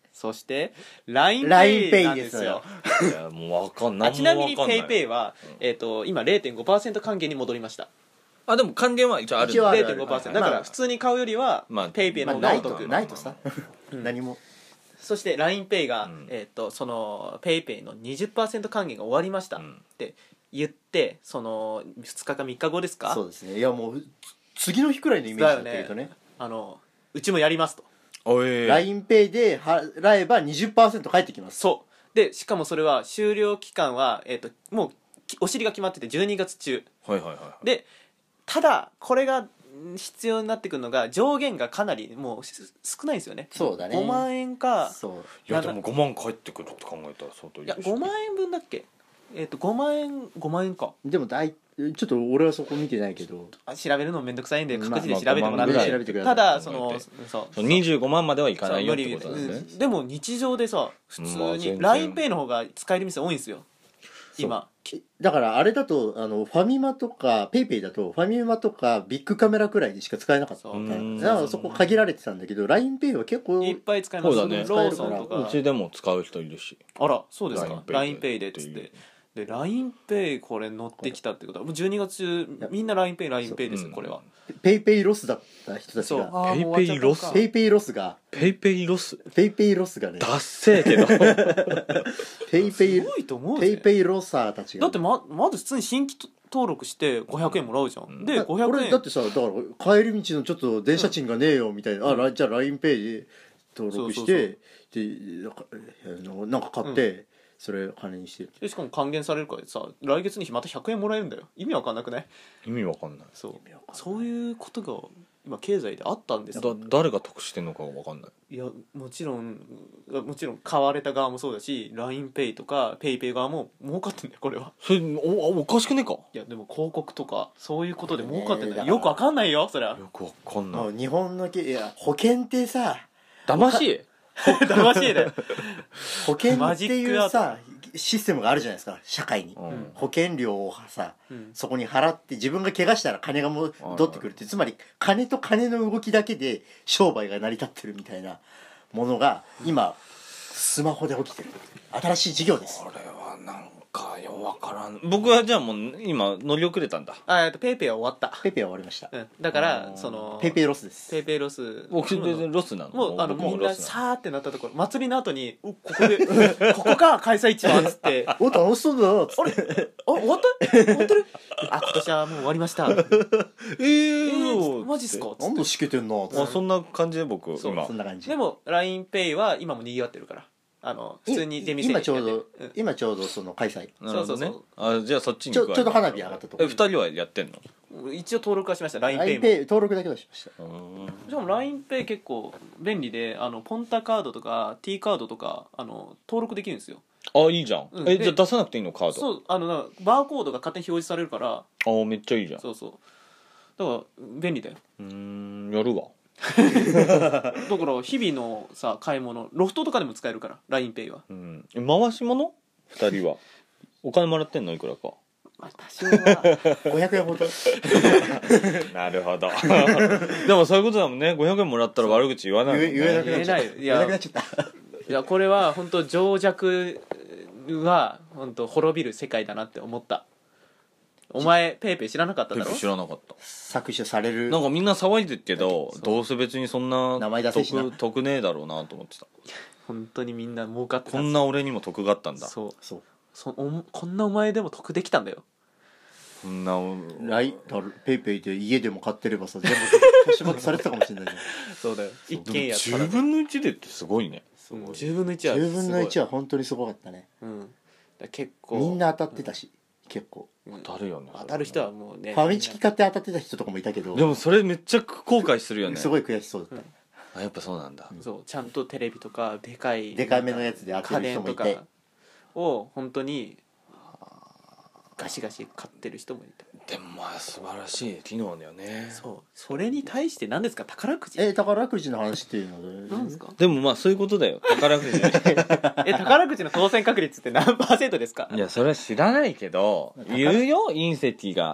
[SPEAKER 3] そして ライン
[SPEAKER 2] ラインペイ
[SPEAKER 3] ペイなんですよ。
[SPEAKER 1] いやもうわかんない
[SPEAKER 3] あちなみに
[SPEAKER 1] 何もわかんない
[SPEAKER 3] PayPay は、えー、と今 れいてんごパーセント 還元に戻りました。
[SPEAKER 1] あでも還元は一応あるんだ
[SPEAKER 2] 一応ある
[SPEAKER 3] れいてんごパーセント
[SPEAKER 2] まあ
[SPEAKER 3] だから普通に買うよりは
[SPEAKER 1] まあ
[SPEAKER 3] PayPay の
[SPEAKER 2] まあないと
[SPEAKER 3] 方がお得、
[SPEAKER 2] ないとさ
[SPEAKER 3] うん
[SPEAKER 2] 何も
[SPEAKER 3] そして ラインペイ が、
[SPEAKER 1] うん
[SPEAKER 3] えー、とその PayPay の にじゅっパーセント 還元が終わりましたっ
[SPEAKER 1] うん
[SPEAKER 3] て言ってそのふつかかみっかごですか。
[SPEAKER 2] そうですねいやもう次の日くらいのイメージだったけどね
[SPEAKER 3] あのうちもやりますと。
[SPEAKER 1] おい
[SPEAKER 2] ラインペイ で払えば にじゅっパーセント 返ってきます
[SPEAKER 3] そうでしかもそれは終了期間は、えー、ともうきお尻が決まっててじゅうにがつ中
[SPEAKER 1] はいはいはい
[SPEAKER 3] で、ただこれがん必要になってくるのが上限がかなりもうし少ないんですよね。
[SPEAKER 2] そうだね
[SPEAKER 3] ごまん円か
[SPEAKER 2] そう
[SPEAKER 1] いやでもごまん返ってくるって考えたら相当いい
[SPEAKER 3] いや
[SPEAKER 1] でしょ
[SPEAKER 3] ごまん円分だっけ。えっ、とごまん円ごまん円か。
[SPEAKER 2] でもだいちょっと俺はそこ見てないけど
[SPEAKER 3] あ調べるのめんどくさいんで
[SPEAKER 2] まあ
[SPEAKER 3] 各自で調べてもらって、
[SPEAKER 1] まあ
[SPEAKER 2] 調べてください
[SPEAKER 3] ただそのそう
[SPEAKER 1] そうにじゅうごまんまではいかないよって
[SPEAKER 3] そう無理
[SPEAKER 1] ことなんですね
[SPEAKER 3] うんでも日常でさ普通に
[SPEAKER 1] まあ全然
[SPEAKER 3] ラインペイ の方が使える店多いんですよ今。
[SPEAKER 2] だからあれだとあのファミマとかペイペイだとファミマとかビッグカメラくらいでしか使えなかった
[SPEAKER 3] そう
[SPEAKER 1] うん
[SPEAKER 2] だからそこ限られてたんだけど ラインペイ は結構
[SPEAKER 3] いっぱい使えます。
[SPEAKER 1] そうだね
[SPEAKER 3] ローソンとか
[SPEAKER 1] うちでも使う人いるし
[SPEAKER 3] あらそうですか
[SPEAKER 1] ラインペイ
[SPEAKER 3] ラインペイ でっつっ
[SPEAKER 1] っていう
[SPEAKER 3] てで ラインペイ これ乗ってきたってことはもうじゅうにがつ中みんな ラインペイ ラインペイ ですよ
[SPEAKER 1] そう
[SPEAKER 3] これは。
[SPEAKER 2] ペイペイロスだった人たち
[SPEAKER 3] そう
[SPEAKER 2] が
[SPEAKER 3] あーもう終わっちゃったのか
[SPEAKER 1] ペイペイロス
[SPEAKER 2] ペイペイロスが
[SPEAKER 1] ペイペイロス
[SPEAKER 2] ペイペイロスがね
[SPEAKER 1] ダッセーけど
[SPEAKER 2] ペイペイ
[SPEAKER 3] すごいと思うぜ
[SPEAKER 2] ペイペイロサーたちが
[SPEAKER 3] だってままず普通に新規登録してごひゃくえんもらうじゃん、
[SPEAKER 1] うん
[SPEAKER 3] でごひゃくえん
[SPEAKER 2] 俺だってさだから帰り道のちょっと電車賃がねえよみたいな、あらじゃあ ラインペイ で登録してでなんかあのなんか買って、それ金にしてる
[SPEAKER 3] でしかも還元されるからさ来月にまたひゃくえんもらえるんだよ。意味わかんなくない？
[SPEAKER 1] 意味わかんない
[SPEAKER 3] そうそういうことが今経済であったんです
[SPEAKER 1] だ
[SPEAKER 3] よ。
[SPEAKER 1] 誰が得してんのかがわかんない
[SPEAKER 3] いやもちろんもちろん買われた側もそうだし ラインペイ とか ペイペイ 側も儲かってんだよこれは。
[SPEAKER 1] それおおかしくねえか
[SPEAKER 3] いやでも広告とかそういうことで儲かってんだよ、
[SPEAKER 2] ねえだから
[SPEAKER 3] よくわかんないよそりゃ
[SPEAKER 1] よくわかんない
[SPEAKER 2] もう日本のけいや保険ってさ
[SPEAKER 1] 騙し
[SPEAKER 3] 騙し絵だよ。
[SPEAKER 2] 保険ってい
[SPEAKER 3] マジックアート
[SPEAKER 2] うさシステムがあるじゃないですか社会に、
[SPEAKER 1] うん
[SPEAKER 2] 保険料をさ
[SPEAKER 3] うん
[SPEAKER 2] そこに払って自分が怪我したら金が戻ってくるってつまり金と金の動きだけで商売が成り立ってるみたいなものが今スマホで起きてる新しい事業です
[SPEAKER 1] これはなんかよくわからん僕はじゃあもう今乗り遅れたんだ
[SPEAKER 3] あえっとペイペイは終わった、
[SPEAKER 2] ペイペイは終わりました
[SPEAKER 3] うん、だから
[SPEAKER 1] あー
[SPEAKER 3] その
[SPEAKER 2] ペイペイロスです
[SPEAKER 3] ペイペイロス
[SPEAKER 1] 僕全然ロスなの
[SPEAKER 3] もうあの
[SPEAKER 1] 僕も
[SPEAKER 3] みんな
[SPEAKER 1] ロスなの
[SPEAKER 3] さーってなったところ祭りの後におここでここか開催地はっつってあ
[SPEAKER 2] お楽しそうだなっつ
[SPEAKER 3] れ
[SPEAKER 2] って
[SPEAKER 3] あ終わった終わってるあ今年はもう終わりましたえ
[SPEAKER 1] えー
[SPEAKER 3] ー、マジっすかっつって
[SPEAKER 2] なんだしけてんなっつって
[SPEAKER 1] あそんな感じで僕
[SPEAKER 3] そう
[SPEAKER 1] 今
[SPEAKER 2] そんな感じ
[SPEAKER 3] でも ラインペイ は今も賑わってるからあの普通に出店
[SPEAKER 2] 今ちょうど
[SPEAKER 3] やってる
[SPEAKER 2] 今ちょうどその開催
[SPEAKER 1] なるほどね
[SPEAKER 3] そう
[SPEAKER 1] あじゃあそっちに
[SPEAKER 2] ちょ
[SPEAKER 1] 行くわ
[SPEAKER 2] ちょうど花火上がったとこ
[SPEAKER 1] え二人はやってんの
[SPEAKER 3] うん一応登録はしました ラインペイ
[SPEAKER 2] ライン
[SPEAKER 3] も
[SPEAKER 2] ペイ登録だけはしました
[SPEAKER 1] うーん
[SPEAKER 3] しかも ラインペイ 結構便利であのポンタカードとか T カードとかあの登録できるんですよ。
[SPEAKER 1] あいいじゃん、
[SPEAKER 3] うんで
[SPEAKER 1] えじゃあ出さなくていいのカード
[SPEAKER 3] そうあのなんかバーコードが勝手に表示されるから
[SPEAKER 1] あめっちゃいいじゃん
[SPEAKER 3] そうそうだから便利だよ。
[SPEAKER 1] うーんやるわ
[SPEAKER 3] だから日々のさ買い物ロフトとかでも使えるから ラインペイ は。
[SPEAKER 1] うんえ回し物二人はお金もらってんのいくらか
[SPEAKER 3] まあ多少は
[SPEAKER 2] ごひゃくえんほど
[SPEAKER 1] なるほどでもそういうことだもんねごひゃくえんもらったら悪口言わないもんね
[SPEAKER 2] 言えなくなっちゃった
[SPEAKER 3] 言えないよいや
[SPEAKER 2] 言えなくなっちゃった
[SPEAKER 3] いやこれは本当情弱は本当滅びる世界だなって思った。お前ペイペイ知らなかっただろ。
[SPEAKER 1] 知らなかった
[SPEAKER 2] 搾取される
[SPEAKER 1] なんかみんな騒いでるけど
[SPEAKER 3] そう
[SPEAKER 1] どうせ別にそんな
[SPEAKER 2] 名前出せしな
[SPEAKER 1] 得得ねえだろうなと思ってた
[SPEAKER 3] 本当にみんな儲かってた
[SPEAKER 1] こんな俺にも得があったんだ
[SPEAKER 3] そう
[SPEAKER 2] そう
[SPEAKER 3] そおこんなお前でも得できたんだよ。
[SPEAKER 1] こんな
[SPEAKER 2] ライだからペイペイで家でも買ってればさ全部キャッシュバックされてたかもしれないじ
[SPEAKER 3] そうだよ
[SPEAKER 1] そう
[SPEAKER 3] 一軒家
[SPEAKER 1] でもじゅうぶんのいちでってすごいね
[SPEAKER 3] じゅうぶんのいち
[SPEAKER 2] ゃん
[SPEAKER 3] は
[SPEAKER 2] じゅうぶんのいち
[SPEAKER 3] は、
[SPEAKER 2] は本当にすごかったね
[SPEAKER 3] うん、だから結構
[SPEAKER 2] みんな当たってたし結構
[SPEAKER 3] うん
[SPEAKER 1] 当たるよね
[SPEAKER 3] 当たる人はもうね
[SPEAKER 2] ファミチキ買って当たってた人とかもいたけど
[SPEAKER 1] でもそれめっちゃ後悔するよね
[SPEAKER 2] すごい悔しそうだっ
[SPEAKER 1] あやっぱそうなんだ
[SPEAKER 3] そうちゃんとテレビとかでかい
[SPEAKER 2] でかめのやつで当て
[SPEAKER 3] 家
[SPEAKER 2] る人
[SPEAKER 3] 電とか
[SPEAKER 2] もいて
[SPEAKER 3] を本当にガシガシ買ってる人もいた。
[SPEAKER 1] でもまあ素晴らしい機能だよね
[SPEAKER 3] そうそれに対して何ですか宝くじ
[SPEAKER 2] え宝くじの話っていうのは
[SPEAKER 3] 何ですか
[SPEAKER 1] でもまあそういうことだよ宝くじ
[SPEAKER 3] え宝くじの当選確率って何パーセントですか。
[SPEAKER 1] いやそれは知らないけど言うよ隕石が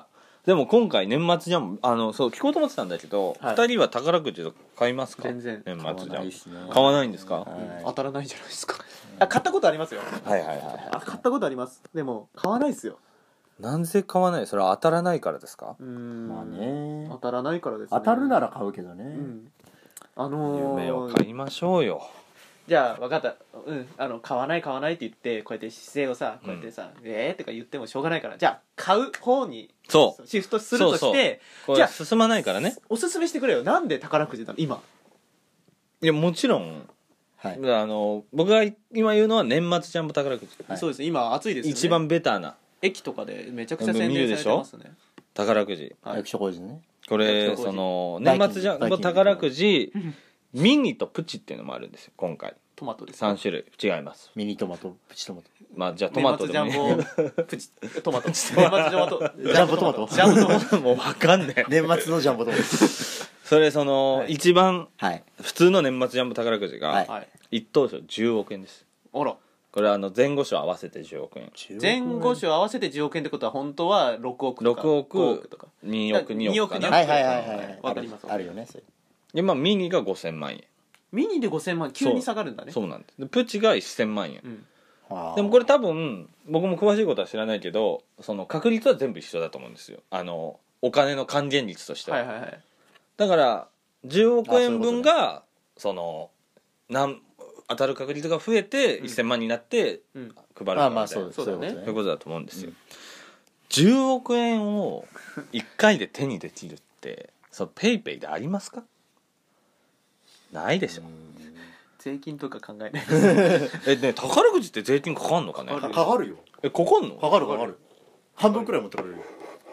[SPEAKER 1] でも今回年末ジャンボあのそう聞こうと思ってたんだけど、
[SPEAKER 3] はい
[SPEAKER 1] ふたりは宝くじとか買いますか？
[SPEAKER 3] 全然
[SPEAKER 1] 年末ジャン
[SPEAKER 2] 買わないっすね
[SPEAKER 1] ボ買わないんですか？
[SPEAKER 2] はい
[SPEAKER 3] 当たらないじゃないですか。あ、買ったことありますよ。
[SPEAKER 1] はいはいはい
[SPEAKER 3] あ、買ったことあります。でも買わないですよ。
[SPEAKER 1] なんで買わない？それは当たらないからですか？
[SPEAKER 3] うーん
[SPEAKER 2] まあね
[SPEAKER 3] 当たらないからですね。
[SPEAKER 2] 当たるなら買うけどね、
[SPEAKER 3] うんあのー、
[SPEAKER 1] 夢を買いましょうよ。
[SPEAKER 3] じゃあ分かった、うんあの買わない買わないって言ってこうやって姿勢をさこうやってさ、えーとか言ってもしょうがないからじゃあ買う方に
[SPEAKER 1] そう
[SPEAKER 3] シフトするとして
[SPEAKER 1] そうそうこ
[SPEAKER 3] じゃあ
[SPEAKER 1] れ進まないからね。
[SPEAKER 3] おすすめしてくれよ。なんで宝くじなの今。
[SPEAKER 1] いやもちろん
[SPEAKER 2] はい
[SPEAKER 1] あの僕が今言うのは年末ジャンボ宝くじ、
[SPEAKER 2] はい
[SPEAKER 3] そうですね今暑いですよね。
[SPEAKER 1] 一番ベターな
[SPEAKER 3] 駅とかでめちゃくちゃ宣伝されてますね。
[SPEAKER 1] 宝くじ。
[SPEAKER 3] はい
[SPEAKER 2] 役所工事ね
[SPEAKER 1] これ
[SPEAKER 3] 役所工事
[SPEAKER 1] その
[SPEAKER 2] バイキング
[SPEAKER 1] 年末ジャンボ
[SPEAKER 2] バイキング
[SPEAKER 1] 宝くじミニとプチっていうのもあるんですよ今回。
[SPEAKER 3] トマトです
[SPEAKER 1] さん種類違います。
[SPEAKER 2] ミニトマトプチトマト
[SPEAKER 1] まあじゃあトマトでもいい
[SPEAKER 3] 年末ジャンボプチトマト年末ジャンボト
[SPEAKER 2] ジャンボトマト
[SPEAKER 3] ジャンボトマト
[SPEAKER 1] もう分かんねえ。
[SPEAKER 2] 年末のジャンボトマト
[SPEAKER 1] それその、
[SPEAKER 3] はい
[SPEAKER 1] 一番
[SPEAKER 2] はい
[SPEAKER 1] 普通の年末ジャンボ宝くじが
[SPEAKER 2] はい
[SPEAKER 3] はい
[SPEAKER 1] 一等賞じゅうおくえんです。
[SPEAKER 3] あら
[SPEAKER 1] これはあの前後賞合わせてじゅうおくえん。
[SPEAKER 3] 前後賞合わせてじゅうおくえんってことは本当はろくおくとか
[SPEAKER 1] ろくおく
[SPEAKER 3] ごおくとか
[SPEAKER 1] におくにおくかな。
[SPEAKER 3] におく
[SPEAKER 2] はいはいはいはい
[SPEAKER 3] わかります
[SPEAKER 2] あるよねそれ
[SPEAKER 1] でまあミニがごせんまんえん。
[SPEAKER 3] ミニでごせんまん急に下がるんだね。
[SPEAKER 1] そうなんですでプチがせんまんえん。
[SPEAKER 3] うん
[SPEAKER 2] あー
[SPEAKER 1] でもこれ多分僕も詳しいことは知らないけどその確率は全部一緒だと思うんですよ。あのお金の還元率としては、
[SPEAKER 3] はいはいはい
[SPEAKER 1] だからじゅうおくえん分
[SPEAKER 2] あ
[SPEAKER 1] がそのなん当たる確率が増えて
[SPEAKER 3] うん
[SPEAKER 1] いっせんまんになって
[SPEAKER 3] うん
[SPEAKER 1] 配る
[SPEAKER 2] まあまあ
[SPEAKER 1] みたいな
[SPEAKER 2] そう
[SPEAKER 3] そうだよね
[SPEAKER 1] そういうことだと思うんですよ、
[SPEAKER 2] うん
[SPEAKER 1] じゅうおくえんをいっかいで手にできるってそうペイペイでありますか？ないでしょ。
[SPEAKER 3] 税金とか考えない
[SPEAKER 1] えね宝くじって税金かかんのかね？
[SPEAKER 2] かかかるよ
[SPEAKER 1] えかかんの？
[SPEAKER 2] かかるかかる半分くらい持ってかれるよ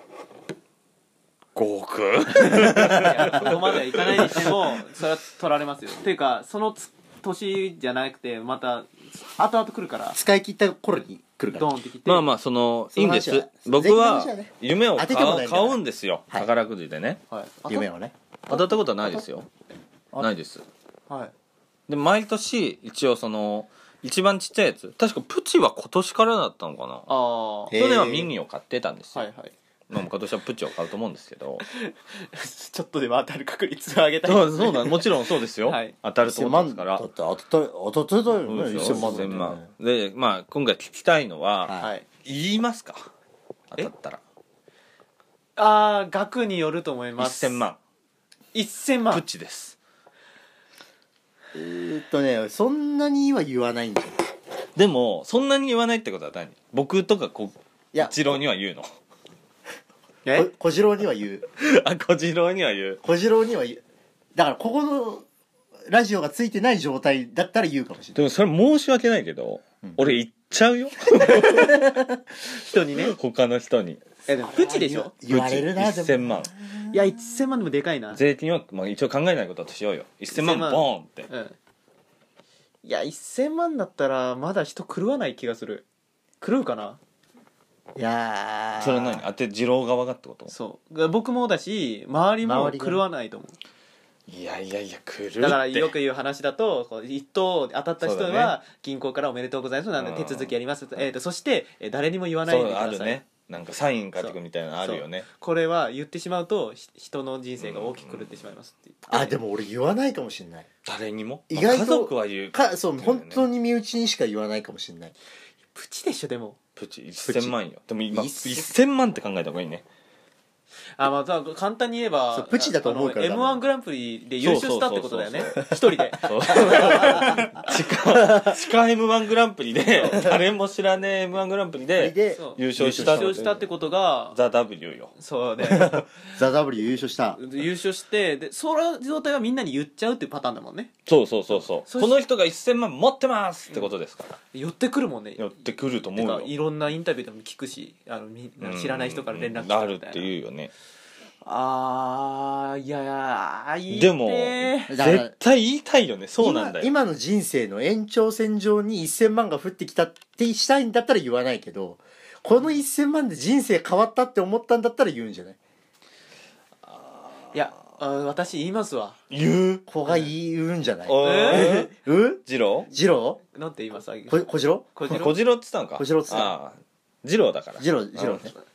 [SPEAKER 1] ごおく
[SPEAKER 3] いやここまではいかないにしてもそれは取られますよっていうかそのつ年じゃなくてまた後々来るから
[SPEAKER 2] 使い切った頃に来るから
[SPEAKER 3] ドーンってきて
[SPEAKER 1] まあまあそのいいんです
[SPEAKER 2] その話は
[SPEAKER 1] 僕
[SPEAKER 2] 税金の
[SPEAKER 1] は
[SPEAKER 2] 話はね
[SPEAKER 1] 夢を買
[SPEAKER 2] 当ててもないんだ
[SPEAKER 1] う買うんですよ、
[SPEAKER 2] はい
[SPEAKER 1] 宝くじでね。
[SPEAKER 3] はい
[SPEAKER 2] 夢をね
[SPEAKER 1] 当たったことはないですよ。
[SPEAKER 2] あ
[SPEAKER 1] ないです。
[SPEAKER 3] はい
[SPEAKER 1] で毎年一応その一番ちっちゃいやつ確かプチは今年からだったのかな。
[SPEAKER 3] ああ
[SPEAKER 2] へ
[SPEAKER 1] 去年はミニを買ってたんですよ、
[SPEAKER 3] はいはい
[SPEAKER 1] まあ、今年はプチを買うと思うんですけど
[SPEAKER 3] ちょっとでも当たる確率を上げたい
[SPEAKER 1] そうそうなんもちろんそうですよ、
[SPEAKER 3] はい
[SPEAKER 1] 当たると思ってますから。
[SPEAKER 2] だって当たった当たってたよね
[SPEAKER 1] そうですよ
[SPEAKER 2] 1000万だ
[SPEAKER 1] せんま
[SPEAKER 2] よね
[SPEAKER 1] んでまあ今回聞きたいのは、
[SPEAKER 2] はい
[SPEAKER 3] はい
[SPEAKER 1] 言いますか当たったら
[SPEAKER 3] ああ額によると思います
[SPEAKER 1] せんまん
[SPEAKER 3] せんまん
[SPEAKER 1] プチです。
[SPEAKER 2] えーっとねそんなには言わないんだよ
[SPEAKER 1] でもそんなに言わないってことは何？僕とかこ
[SPEAKER 2] いや
[SPEAKER 1] 一郎には言うの
[SPEAKER 3] え
[SPEAKER 2] こ小次郎には言う
[SPEAKER 1] あ小次郎には言う。
[SPEAKER 2] 小次郎には言うだからここのラジオがついてない状態だったら言うかもしれない
[SPEAKER 1] でもそれ申し訳ないけど、
[SPEAKER 2] うん
[SPEAKER 1] 俺言っちゃうよ
[SPEAKER 3] 人にね
[SPEAKER 1] 他の人に。
[SPEAKER 3] えでもプチでしょ
[SPEAKER 2] 言われるな
[SPEAKER 1] プチせんまん
[SPEAKER 3] いやせんまんでもでかいな
[SPEAKER 1] 税金は、まあ、一応考えないこととしようよ。せんまんボーンって
[SPEAKER 3] うんいやせんまんだったらまだ人狂わない気がする。狂うかな。
[SPEAKER 2] いやー
[SPEAKER 1] それは何当て二郎側がってこと？
[SPEAKER 3] そう僕もだし周りも
[SPEAKER 2] 周りが
[SPEAKER 3] 狂わないと思う。
[SPEAKER 1] いやいやいや狂うって
[SPEAKER 3] だからよく言う話だとこう一等当たった人
[SPEAKER 1] そうだ
[SPEAKER 3] は銀行からおめでとうございますなんで手続きやります、えー、とそしてえー誰にも言わないで
[SPEAKER 1] そう
[SPEAKER 3] ください。
[SPEAKER 1] あるね。なんかサイン書いてくみたいなのあるよね。
[SPEAKER 3] これは言ってしまうとひ人の人生が大きく狂ってしまいますって言って
[SPEAKER 2] あでも俺言わないかもしれない
[SPEAKER 1] 誰にも
[SPEAKER 2] 意外と
[SPEAKER 1] まあ家族は言う
[SPEAKER 2] かそう
[SPEAKER 1] だよね
[SPEAKER 2] 本当に身内にしか言わないかもしれない
[SPEAKER 3] プチでしょでも。
[SPEAKER 1] プチせんまんよ。でも今
[SPEAKER 2] いっせん
[SPEAKER 1] せんまんって考えた方がいいね。
[SPEAKER 3] あまあだから簡単に言えば
[SPEAKER 2] そうプチだと思うから
[SPEAKER 3] あの エムワン グランプリで優勝したってことだよね
[SPEAKER 1] そう
[SPEAKER 3] 一人で。
[SPEAKER 1] そう地下地下 エムワン グランプリで誰も知らねえ エムワン グランプリで
[SPEAKER 2] で
[SPEAKER 3] そう
[SPEAKER 1] 優勝した
[SPEAKER 3] 優勝したってことが
[SPEAKER 1] ザ・ W よ。
[SPEAKER 3] そうで
[SPEAKER 2] ザ・ W 優勝した
[SPEAKER 3] 優勝してでその状態はみんなに言っちゃうっていうパターンだもんね。
[SPEAKER 1] そうそうそうそう
[SPEAKER 3] そし
[SPEAKER 1] この人がせんまん持ってますってことですから、
[SPEAKER 3] 寄ってくるもんね。
[SPEAKER 1] 寄ってくると思
[SPEAKER 3] て
[SPEAKER 1] うよ。
[SPEAKER 3] かいろんなインタビューでも聞くしあのみ
[SPEAKER 1] うん
[SPEAKER 3] 知らない人から連絡来
[SPEAKER 1] あるった
[SPEAKER 3] たみいな。
[SPEAKER 1] て言うよね。
[SPEAKER 3] あーいやいやいい
[SPEAKER 1] でも
[SPEAKER 2] だから
[SPEAKER 1] 絶対言いたいよね。そうなんだよ。
[SPEAKER 2] 今今の人生の延長線上にせんまんが降ってきたってしたいんだったら言わないけどこのせんまんで人生変わったって思ったんだったら言うんじゃない
[SPEAKER 3] いやあ私言いますわ。
[SPEAKER 1] 言う
[SPEAKER 2] 子が言うんじゃない
[SPEAKER 1] お
[SPEAKER 3] え
[SPEAKER 1] ー
[SPEAKER 2] うん
[SPEAKER 1] ジロ
[SPEAKER 2] 次郎
[SPEAKER 3] なんて言いますあ
[SPEAKER 2] こ小次郎
[SPEAKER 3] 小次郎
[SPEAKER 1] ー小次郎って言ってたのか。
[SPEAKER 2] 小次郎って言ってた
[SPEAKER 1] ああジローだから
[SPEAKER 2] 次郎次郎ね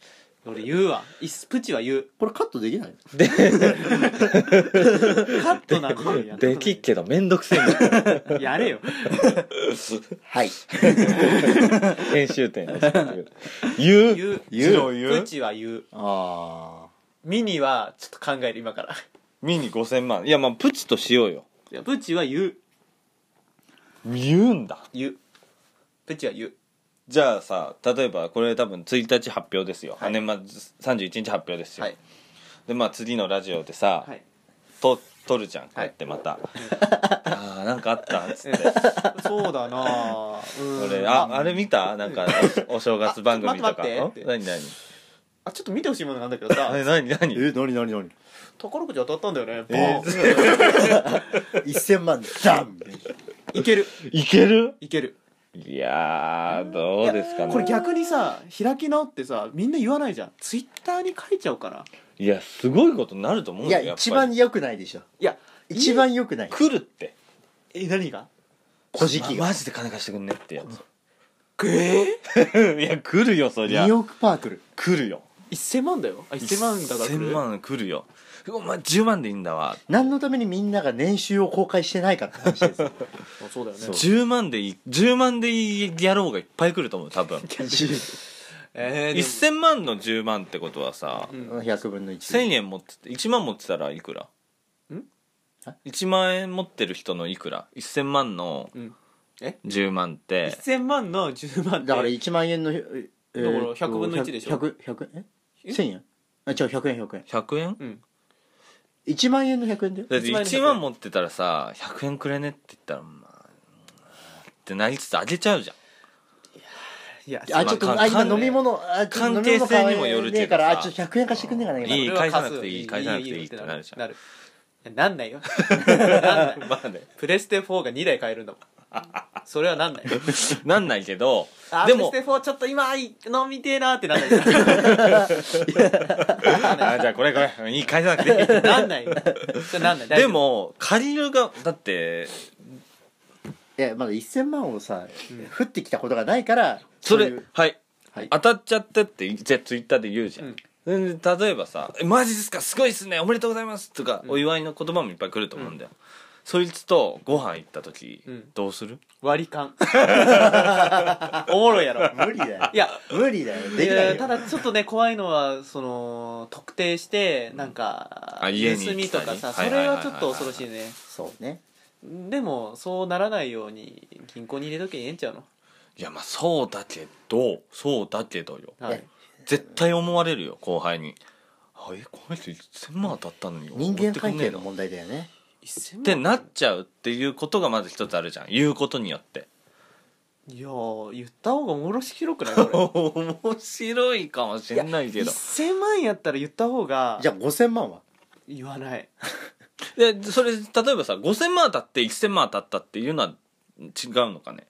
[SPEAKER 3] 俺言うわいっプチは言う
[SPEAKER 2] これカットできないの？
[SPEAKER 3] カットなんだよやったことない
[SPEAKER 1] できっけどめんどくせえんだよ
[SPEAKER 3] やれよ
[SPEAKER 2] はい
[SPEAKER 1] 編集点です言う
[SPEAKER 3] 言う
[SPEAKER 1] 言うの言う
[SPEAKER 3] プチは言う
[SPEAKER 2] あ
[SPEAKER 3] ミニはちょっと考える今から
[SPEAKER 1] ミニごせんまんいやまあプチとしようよ
[SPEAKER 3] いやプチは言う
[SPEAKER 1] 言うんだ
[SPEAKER 3] 言うプチは言う
[SPEAKER 1] じゃあさ例えばこれ多分ついたち発表ですよ、
[SPEAKER 3] はい
[SPEAKER 1] 年末さんじゅういちにち発表ですよ、
[SPEAKER 3] はい
[SPEAKER 1] でまあ次のラジオでさ、
[SPEAKER 3] はい
[SPEAKER 1] と撮るじゃんこうやってまた、あーなんかあったっつって
[SPEAKER 3] そうだなぁうん
[SPEAKER 1] 俺ああれ見たなんかおお正月番組とか
[SPEAKER 3] あちょっと待って待って
[SPEAKER 1] ん何何
[SPEAKER 3] あちょっと見てほしいものなんだけどさ
[SPEAKER 1] え何何
[SPEAKER 2] え何何何
[SPEAKER 3] 宝くじ当たったんだよねボ
[SPEAKER 1] え
[SPEAKER 3] ーン
[SPEAKER 2] いっせんまんでダン
[SPEAKER 3] いける
[SPEAKER 1] いける
[SPEAKER 3] いける
[SPEAKER 1] いやーどうですかね
[SPEAKER 3] これ逆にさ開き直ってさみんな言わないじゃんツイッターに書いちゃおうかない
[SPEAKER 1] やすごいことになると思う
[SPEAKER 2] いや
[SPEAKER 1] よやっぱり
[SPEAKER 2] 一番良くないでしょ
[SPEAKER 3] いや
[SPEAKER 2] 一番良くない
[SPEAKER 1] 来るって
[SPEAKER 3] え何が
[SPEAKER 2] 小じきが
[SPEAKER 1] まマジで金貸してくんねってや
[SPEAKER 3] え
[SPEAKER 1] ついや来るよそりゃ
[SPEAKER 2] におくパー来る
[SPEAKER 1] 来るよ
[SPEAKER 3] いっせんまんだよあいっせんまんだから来る
[SPEAKER 1] せんまん来るよお前じゅうまんでいいんだわ
[SPEAKER 2] 何のためにみんなが年収を公開してないかって話ですよ
[SPEAKER 3] あそうだよね
[SPEAKER 1] じゅうまんでいいじゅうまんでいい野郎がいっぱい来ると思う多分
[SPEAKER 3] えーでも
[SPEAKER 1] せんまんのじゅうまんってことはさ、
[SPEAKER 3] うん
[SPEAKER 2] ひゃくぶんのいち
[SPEAKER 1] せんえん持ってていちまん持ってたらいくら
[SPEAKER 3] ん
[SPEAKER 1] いちまん円持ってる人のいくらせんまんの
[SPEAKER 3] うんえ
[SPEAKER 1] じゅうまんって
[SPEAKER 3] せんまんのじゅうまんって
[SPEAKER 2] だからいちまん円のえー
[SPEAKER 3] だからひゃくぶんのいちでしょ
[SPEAKER 2] ひゃく、ひゃくえせんえんあ違うひゃくえんひゃくえん
[SPEAKER 1] ひゃくえん
[SPEAKER 3] うん
[SPEAKER 2] いちまん円のひゃくえんだよ
[SPEAKER 1] だって
[SPEAKER 3] いちまん円の
[SPEAKER 1] いちまん持ってたらさひゃくえんくれねって言ったらまあってなりつつあげちゃうじゃん
[SPEAKER 3] いや
[SPEAKER 2] あちょっと
[SPEAKER 1] まあ
[SPEAKER 2] あ今
[SPEAKER 1] か
[SPEAKER 2] 飲み物あちょっと飲み
[SPEAKER 1] 関係
[SPEAKER 2] 物
[SPEAKER 1] 性にもよるけどさ
[SPEAKER 2] ねえからあちょっとひゃくえん貸してくんねえかな今
[SPEAKER 1] いい
[SPEAKER 3] これは
[SPEAKER 1] 返さなくて
[SPEAKER 3] 貸す
[SPEAKER 1] いい返さなくていいってなるじゃん
[SPEAKER 3] なるいやなんないよなんない
[SPEAKER 1] まあね
[SPEAKER 3] プレステフォーがにだい買えるんだもんそれはなんないよ
[SPEAKER 1] なんないけど
[SPEAKER 3] あ
[SPEAKER 1] でも
[SPEAKER 3] プレステフォーちょっと今飲みてえなってなんないです
[SPEAKER 1] あじゃあこれこれいい返さなくていい
[SPEAKER 3] なんないよそれなんない大丈夫
[SPEAKER 1] でも借りるがだって
[SPEAKER 2] いやまだせんまんをさ降ってきたことがないから
[SPEAKER 1] それ
[SPEAKER 2] ういう
[SPEAKER 1] はい
[SPEAKER 2] はい
[SPEAKER 1] 当たっちゃってってじゃあツイッターで言うじゃん、で例えばさ「えマジですかすごいっすねおめでとうございます」とか、
[SPEAKER 3] うん
[SPEAKER 1] お祝いの言葉もいっぱい来ると思うんだよ、そいつとご飯行った時、
[SPEAKER 3] うん
[SPEAKER 1] どうする
[SPEAKER 3] 割り勘おもろいやろ
[SPEAKER 2] 無理だよ
[SPEAKER 3] いや
[SPEAKER 2] 無理だよで
[SPEAKER 3] い
[SPEAKER 2] きないよ
[SPEAKER 3] やただちょっとね怖いのはその特定してなんか
[SPEAKER 1] あ家に
[SPEAKER 3] 盗みとかさそれ
[SPEAKER 1] 来たりはいはいはいはい
[SPEAKER 3] はちょっと恐ろしいね
[SPEAKER 2] そうね
[SPEAKER 3] でもそうならないように銀行に入れとけばええんちゃうの
[SPEAKER 1] いやまあそうだけどそうだけどよ
[SPEAKER 3] はい
[SPEAKER 1] 絶対思われるよ後輩に「あえこの人せんまん当たったのに
[SPEAKER 2] 人間関係の
[SPEAKER 1] っ
[SPEAKER 2] 問題だよね
[SPEAKER 3] せんまん
[SPEAKER 1] てなっちゃうっていうことがまず一つあるじゃん言うことによって
[SPEAKER 3] いやー言った方がおもろし広くないこれ
[SPEAKER 1] 面白いかもしれないけど
[SPEAKER 3] せんまんやったら言った方が
[SPEAKER 2] じゃあごせんまんは
[SPEAKER 3] 言わない
[SPEAKER 1] でそれ例えばさごせんまん当たってせんまん当たったっていうのは違うのかね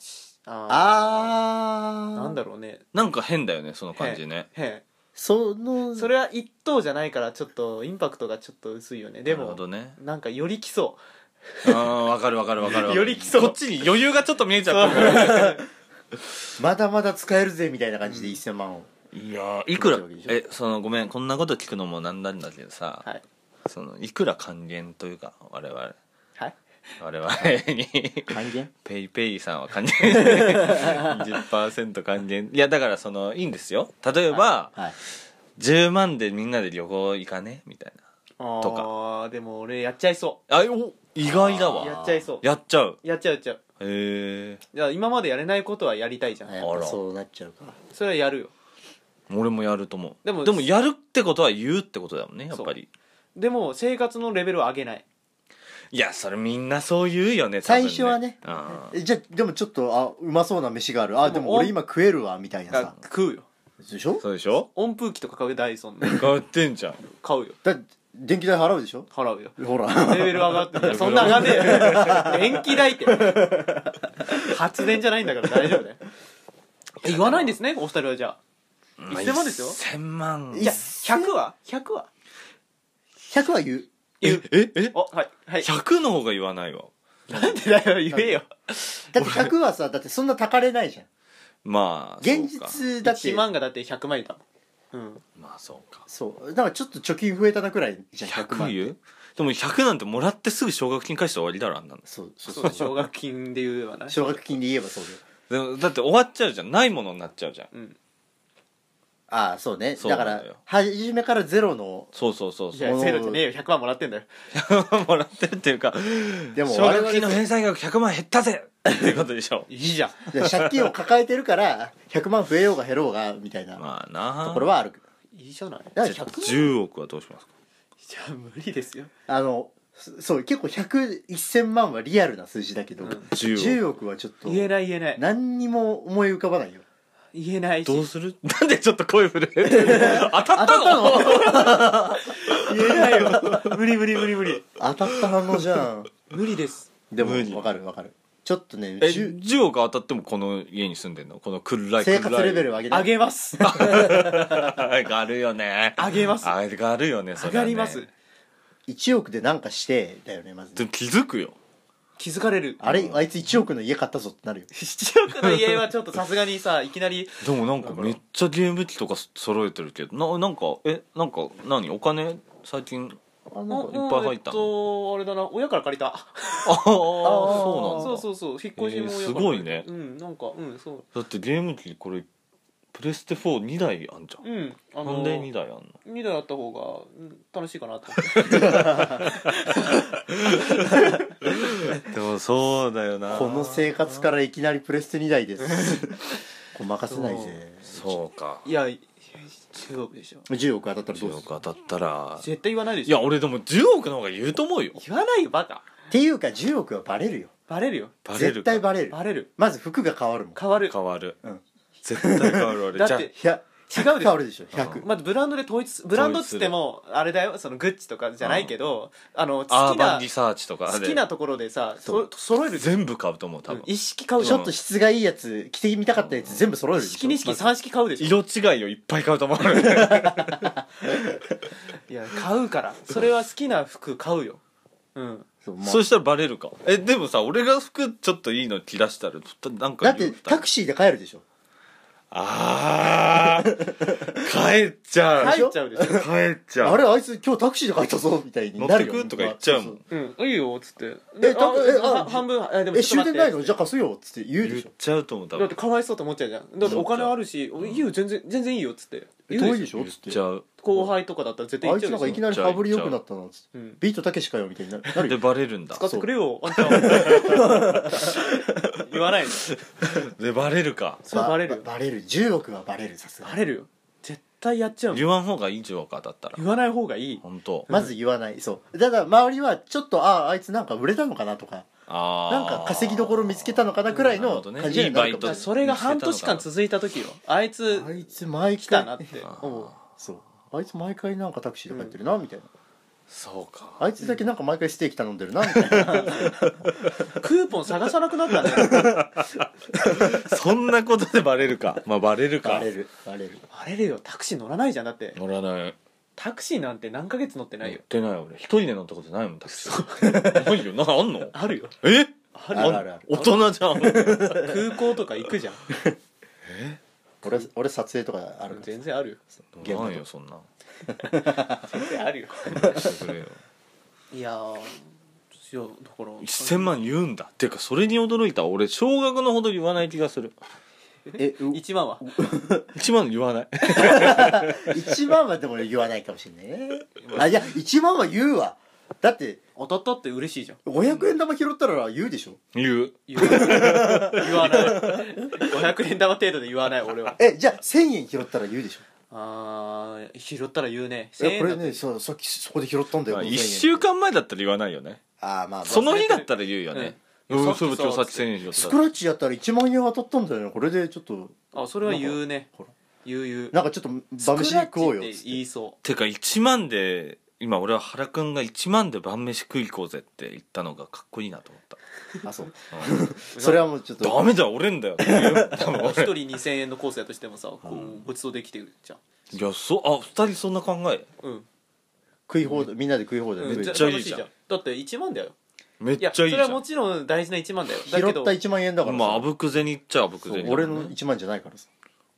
[SPEAKER 3] あ
[SPEAKER 2] あー
[SPEAKER 3] なんだろうね
[SPEAKER 1] なんか変だよねその感じね
[SPEAKER 3] へ
[SPEAKER 2] その
[SPEAKER 3] えそれは一等じゃないからちょっとインパクトがちょっと薄いよねで
[SPEAKER 1] なる
[SPEAKER 3] も
[SPEAKER 1] ほどね
[SPEAKER 3] なんかより来そ
[SPEAKER 1] ああ分かる分かる分かる分かる
[SPEAKER 3] より来そう
[SPEAKER 1] こっちに余裕がちょっと見えちゃったから
[SPEAKER 2] まだまだ使えるぜみたいな感じでせんまんを
[SPEAKER 1] いやーいくら
[SPEAKER 2] 気持ち悪いでしょ
[SPEAKER 1] えそのごめんこんなこと聞くのもなんなんだけどさ、
[SPEAKER 3] うはい
[SPEAKER 1] そのいくら還元というか我々
[SPEAKER 3] はい
[SPEAKER 1] 我々に
[SPEAKER 2] 還元
[SPEAKER 1] ペイペイさんは還元じゅっパーセント還元いやだからそのいいんですよ例えば、
[SPEAKER 2] はい
[SPEAKER 1] じゅうまんでみんなで旅行行かねみたいなとか
[SPEAKER 3] ああでも俺やっちゃいそ
[SPEAKER 1] あお意外だ
[SPEAKER 3] う
[SPEAKER 1] わ
[SPEAKER 3] やっちゃいそう
[SPEAKER 1] やっちゃう
[SPEAKER 3] やっちゃうやっちゃう
[SPEAKER 1] へえ
[SPEAKER 3] いや今までやれないことはやりたいじゃん
[SPEAKER 2] やっぱそうなっちゃうから
[SPEAKER 3] それはやるよ
[SPEAKER 1] 俺もやると思う
[SPEAKER 3] でも
[SPEAKER 1] でもやるってことは言うってことだもんねやっぱり
[SPEAKER 3] でも生活のレベルを上げない
[SPEAKER 1] いやそれみんなそう言うよね多分
[SPEAKER 2] 最初はね
[SPEAKER 1] うん
[SPEAKER 2] えじゃあでもちょっとあうまそうな飯があるあでも俺今食えるわみたいな
[SPEAKER 3] あ
[SPEAKER 2] さ
[SPEAKER 3] 食うよ
[SPEAKER 2] でしょ
[SPEAKER 1] そうでしょ
[SPEAKER 3] 温風機とか買うよダイソンの
[SPEAKER 1] 買ってんじゃん
[SPEAKER 3] 買うよ
[SPEAKER 2] だ電気代払うでしょ
[SPEAKER 3] 払うよ
[SPEAKER 2] ほら
[SPEAKER 3] レベル上がってるそんな上がんねえよ電気代って発電じゃないんだから大丈夫だよえ言わないんですねお二人はじゃあいっせんまんですよ
[SPEAKER 1] せんまん
[SPEAKER 3] いやひゃくはひゃくは
[SPEAKER 2] ひゃくは言う
[SPEAKER 3] 言う
[SPEAKER 1] ええ
[SPEAKER 3] おはいはい
[SPEAKER 1] ひゃくの方が言わないわ
[SPEAKER 3] なんでだよ言えよ
[SPEAKER 2] だってひゃくはさだってそんなたかれないじゃん
[SPEAKER 1] まあ
[SPEAKER 2] 現
[SPEAKER 1] そうか
[SPEAKER 2] 実だって
[SPEAKER 3] いちまんがだってひゃくまんだもんうん
[SPEAKER 1] まあそうか
[SPEAKER 2] そうだからちょっと貯金増えたなくらいじゃん
[SPEAKER 1] ひゃく
[SPEAKER 2] ひゃくまん
[SPEAKER 1] 言うでもひゃくなんてもらってすぐ奨学金返して終わりだろあんなの
[SPEAKER 2] そうそう
[SPEAKER 3] そう奨学金で言えばな
[SPEAKER 2] 奨学金で言えばそうだよ
[SPEAKER 1] でもだって終わっちゃうじゃんないものになっちゃうじゃん
[SPEAKER 3] うん
[SPEAKER 2] ああそうね
[SPEAKER 1] そう
[SPEAKER 2] だから
[SPEAKER 1] なのよ
[SPEAKER 2] 初めからゼロの
[SPEAKER 1] そうそうそうそう
[SPEAKER 3] いやゼロじゃねえよひゃくまんもらってんだよ
[SPEAKER 1] もらってるっていうか
[SPEAKER 2] でも
[SPEAKER 1] 奨学金の返済額ひゃくまん減ったぜっていうことでしょ
[SPEAKER 3] いいじゃん
[SPEAKER 2] で借金を抱えてるからひゃくまん増えようが減ろうがみたいな
[SPEAKER 1] まあな
[SPEAKER 2] ところはある
[SPEAKER 3] いいじゃない
[SPEAKER 2] だから
[SPEAKER 1] じゃあ
[SPEAKER 2] ひゃくまん
[SPEAKER 1] じゅうおくはどうしますか
[SPEAKER 3] じゃあ無理ですよ
[SPEAKER 2] あのそそう結構ひゃく、せんまんはリアルな数字だけど、
[SPEAKER 3] うん
[SPEAKER 1] じゅうおく
[SPEAKER 2] じゅうおくはちょっと
[SPEAKER 3] 言えない言えない
[SPEAKER 2] 何にも思い浮かばないよ
[SPEAKER 3] 言えないし
[SPEAKER 1] どうするなんでちょっと声震えてる当たったの
[SPEAKER 3] 言えないよ無理無理無理無理
[SPEAKER 2] 当たった反応じゃん
[SPEAKER 3] 無理です
[SPEAKER 2] でも
[SPEAKER 1] 無理
[SPEAKER 2] 分かる分かるちょっとね
[SPEAKER 1] え
[SPEAKER 2] じゅう
[SPEAKER 1] じゅうおく当たってもこの家に住んでんのこの暗い暗い
[SPEAKER 2] 生活レベルを上げ
[SPEAKER 3] あ
[SPEAKER 2] て
[SPEAKER 3] げます
[SPEAKER 1] 上がるよね
[SPEAKER 3] あげます
[SPEAKER 1] 上がるよねそ
[SPEAKER 3] 上
[SPEAKER 1] れはね
[SPEAKER 3] がります
[SPEAKER 2] いちおくで何かしてだよねまず
[SPEAKER 1] でも気づくよ
[SPEAKER 3] 気づかれる
[SPEAKER 2] あれあいついちおくの家買ったぞってなるよ
[SPEAKER 3] ななおくの家はちょっとさすがにさいきなり
[SPEAKER 1] でもなんかめっちゃゲーム機とか揃えてるけどななんかえなんか何お金最近
[SPEAKER 2] あ
[SPEAKER 1] なんかいっぱい入ったの
[SPEAKER 3] えっとあれだな親から借りた
[SPEAKER 1] ああそうなんだ
[SPEAKER 3] そうそうそう引っ越しも親から、
[SPEAKER 1] えーすごいね
[SPEAKER 3] うんなんかうんそう
[SPEAKER 1] だってゲーム機これプレステフォーにだいあんじゃん、
[SPEAKER 3] うんあ
[SPEAKER 1] なんでにだいあんの
[SPEAKER 3] にだいあった方がうん楽しいかなと思って
[SPEAKER 1] でもそうだよな
[SPEAKER 2] この生活からいきなりプレステにだいですこれ任せないぜ
[SPEAKER 1] そうか
[SPEAKER 3] いやじゅうおくでしょ
[SPEAKER 2] じゅうおく当たったらど
[SPEAKER 1] 10
[SPEAKER 2] うする
[SPEAKER 1] 億当たったら
[SPEAKER 3] 絶対言わないで
[SPEAKER 1] い
[SPEAKER 3] しょ
[SPEAKER 1] や俺でもじゅうおくの方が言うと思うよ
[SPEAKER 3] 言わないよバカ
[SPEAKER 2] っていうかじゅうおくはバレるよ
[SPEAKER 3] バレるよ
[SPEAKER 1] バレる
[SPEAKER 2] 絶対バレる
[SPEAKER 3] バレる
[SPEAKER 2] まず服が変わるもん
[SPEAKER 3] 変わる
[SPEAKER 1] 変わる、
[SPEAKER 2] うん
[SPEAKER 1] 絶対変わる俺じゃあ
[SPEAKER 3] だって
[SPEAKER 2] ひゃ
[SPEAKER 3] 違うでしょ
[SPEAKER 2] 変わるでしょひゃく
[SPEAKER 3] まずブランドで統一ブランドっつってもあれだよそのグッチとかじゃないけどあの好
[SPEAKER 1] アー
[SPEAKER 3] きな
[SPEAKER 1] バンリサーチとかで
[SPEAKER 3] 好きなところでさ
[SPEAKER 2] そ
[SPEAKER 3] そ揃える
[SPEAKER 1] 全部買うと思う多分、
[SPEAKER 3] うん一式買う
[SPEAKER 2] ちょっと質がいいやつ着てみたかったやつ全部揃えるでしょ
[SPEAKER 3] 一式二式
[SPEAKER 2] まず
[SPEAKER 3] 三式買うでしょ
[SPEAKER 1] 色違いをいっぱい買うと思う
[SPEAKER 3] いや買うからそれは好きな服買うようん
[SPEAKER 2] そうまあ
[SPEAKER 1] そしたらバレるかえでもさ俺が服ちょっといいの着出したらなんか
[SPEAKER 2] だって
[SPEAKER 1] 言う
[SPEAKER 2] タクシーで帰るでしょ
[SPEAKER 1] あー帰っちゃう
[SPEAKER 3] 入っちゃうでしょ
[SPEAKER 1] 帰っちゃう
[SPEAKER 2] あれあいつ今日タクシーで帰ったぞみたいになるよ
[SPEAKER 1] 乗ってくとか言っちゃうもん
[SPEAKER 2] そ
[SPEAKER 3] うんいいよっつって
[SPEAKER 2] え
[SPEAKER 3] であ
[SPEAKER 2] たえあ
[SPEAKER 3] は半分えでも
[SPEAKER 2] え終電
[SPEAKER 3] ちょっと待って
[SPEAKER 2] ないのじゃあ貸すよっつって言うでしょ
[SPEAKER 1] 言っちゃうと思う多分
[SPEAKER 3] だってかわいそうと思っちゃうじゃんだってお金あるしいいよ全然全然いいよっつって言う
[SPEAKER 2] 遠い
[SPEAKER 3] でしょ
[SPEAKER 1] 言っ
[SPEAKER 2] でしょっつって
[SPEAKER 1] ちゃう
[SPEAKER 3] 後輩とかだったら絶対
[SPEAKER 2] あいつ
[SPEAKER 3] 言っちゃうんでしょ
[SPEAKER 2] なかいきなり羽振り良くなったなっつって
[SPEAKER 3] うん
[SPEAKER 2] ビートたけしかよみたいにななる
[SPEAKER 1] で
[SPEAKER 2] よ
[SPEAKER 1] バレるんだ
[SPEAKER 3] 使ってくれよあんた言わないの
[SPEAKER 1] でバレるか
[SPEAKER 3] それはバレるよ
[SPEAKER 2] バレるじゅうおくはバレるさすがに
[SPEAKER 3] バレるよ絶対やっちゃうもん
[SPEAKER 1] 言わん方がいいじゃんかだったら
[SPEAKER 3] 言わない方がいい
[SPEAKER 1] 本当
[SPEAKER 2] まず言わないそうだから周りはちょっとあああいつなんか売れたのかなとか
[SPEAKER 1] あ
[SPEAKER 2] なんか稼ぎどころ見つけたのかなくらいの
[SPEAKER 1] なるほどね
[SPEAKER 2] 感じになるかも
[SPEAKER 1] いいバイト
[SPEAKER 3] それが半年間続いた時よあいつ
[SPEAKER 2] あいつ毎回
[SPEAKER 3] 来たなって
[SPEAKER 1] あ
[SPEAKER 3] 思う
[SPEAKER 2] そうあいつ毎回なんかタクシーで帰ってるなみたいな
[SPEAKER 1] そうか
[SPEAKER 2] あいつだけなんか毎回ステーキ頼んでるなみたいな
[SPEAKER 3] クーポン探さなくなったね
[SPEAKER 1] そんなことでバレるかまあバレるか
[SPEAKER 2] バレるバレる
[SPEAKER 3] バレるよタクシー乗らないじゃんだって
[SPEAKER 1] 乗らない
[SPEAKER 3] タクシーなんて何ヶ月乗ってないよ
[SPEAKER 1] 乗ってない俺一人で乗ったことないもんタクシーないよなあんの
[SPEAKER 3] あるよ
[SPEAKER 1] え
[SPEAKER 3] ある
[SPEAKER 2] あるあるある
[SPEAKER 1] 大人じゃん
[SPEAKER 3] 空港とか行くじゃん
[SPEAKER 2] 俺俺撮影とかあるから
[SPEAKER 3] 全然あるよ
[SPEAKER 2] 現場
[SPEAKER 1] ないよそんな
[SPEAKER 3] 全然あるよ
[SPEAKER 1] してくれよ
[SPEAKER 3] いやーいやだから
[SPEAKER 1] せんまん言うんだっていうかそれに驚いた俺少額のほど言わない気がする
[SPEAKER 2] えう
[SPEAKER 3] いちまんはい
[SPEAKER 1] ちまん言わない
[SPEAKER 2] いちまんはでも言わないかもしれないねあいやいちまんは言うわだって
[SPEAKER 3] 当たったって嬉しいじゃん
[SPEAKER 2] ごひゃくえん玉拾ったら言うでしょ
[SPEAKER 1] 言う
[SPEAKER 3] 言う言わないごひゃくえん玉程度で言わない俺は
[SPEAKER 2] えじゃあせんえん拾ったら言うでしょ
[SPEAKER 3] あー拾ったら言うね
[SPEAKER 2] いやこれ
[SPEAKER 3] せんえんだって
[SPEAKER 2] ねそうさっきそこで拾ったんだよ
[SPEAKER 1] まあ
[SPEAKER 2] ごせんえん
[SPEAKER 1] いっしゅうかんまえだったら言わないよね
[SPEAKER 2] あーまあまあ
[SPEAKER 1] その日だったら言うよね
[SPEAKER 3] うん
[SPEAKER 1] うんそういえば今日さっき
[SPEAKER 3] さっきさ
[SPEAKER 1] せんえん拾っ
[SPEAKER 2] ス
[SPEAKER 1] た
[SPEAKER 2] クラッチやったらいちまん円当たったんだよねこれでちょっと
[SPEAKER 3] あそれは言うね
[SPEAKER 2] ほら
[SPEAKER 3] 言う言う
[SPEAKER 2] なんかちょっと晩飯食おうよっつって
[SPEAKER 3] 言いそ
[SPEAKER 1] てかいちまんで今俺は原くんがいちまんで晩飯食い行こうぜって言ったのがかっこいいなと思った
[SPEAKER 2] あそう
[SPEAKER 1] うん
[SPEAKER 2] それはもうちょっと
[SPEAKER 1] ダメだよ折れんだよって言う多分
[SPEAKER 3] う一
[SPEAKER 1] 俺
[SPEAKER 3] 人にせんえんのコースやとしてもさこうごちそうできてるじゃん
[SPEAKER 1] いやそうあ二人そんな考え
[SPEAKER 3] うん
[SPEAKER 2] 食い放題みんなで食い放題
[SPEAKER 3] うん
[SPEAKER 2] 食い
[SPEAKER 1] めっちゃいいじゃん
[SPEAKER 3] 楽しだっていちまんだよ
[SPEAKER 1] めっ
[SPEAKER 3] いやそ
[SPEAKER 1] ちゃいいじゃん
[SPEAKER 3] れはもちろん大事ないちまんだよだけど
[SPEAKER 2] 拾ったいちまん円だからさ
[SPEAKER 1] まああぶく銭っちゃあぶく
[SPEAKER 2] そう
[SPEAKER 1] 銭
[SPEAKER 2] 俺のいちまんじゃないからさ
[SPEAKER 1] あ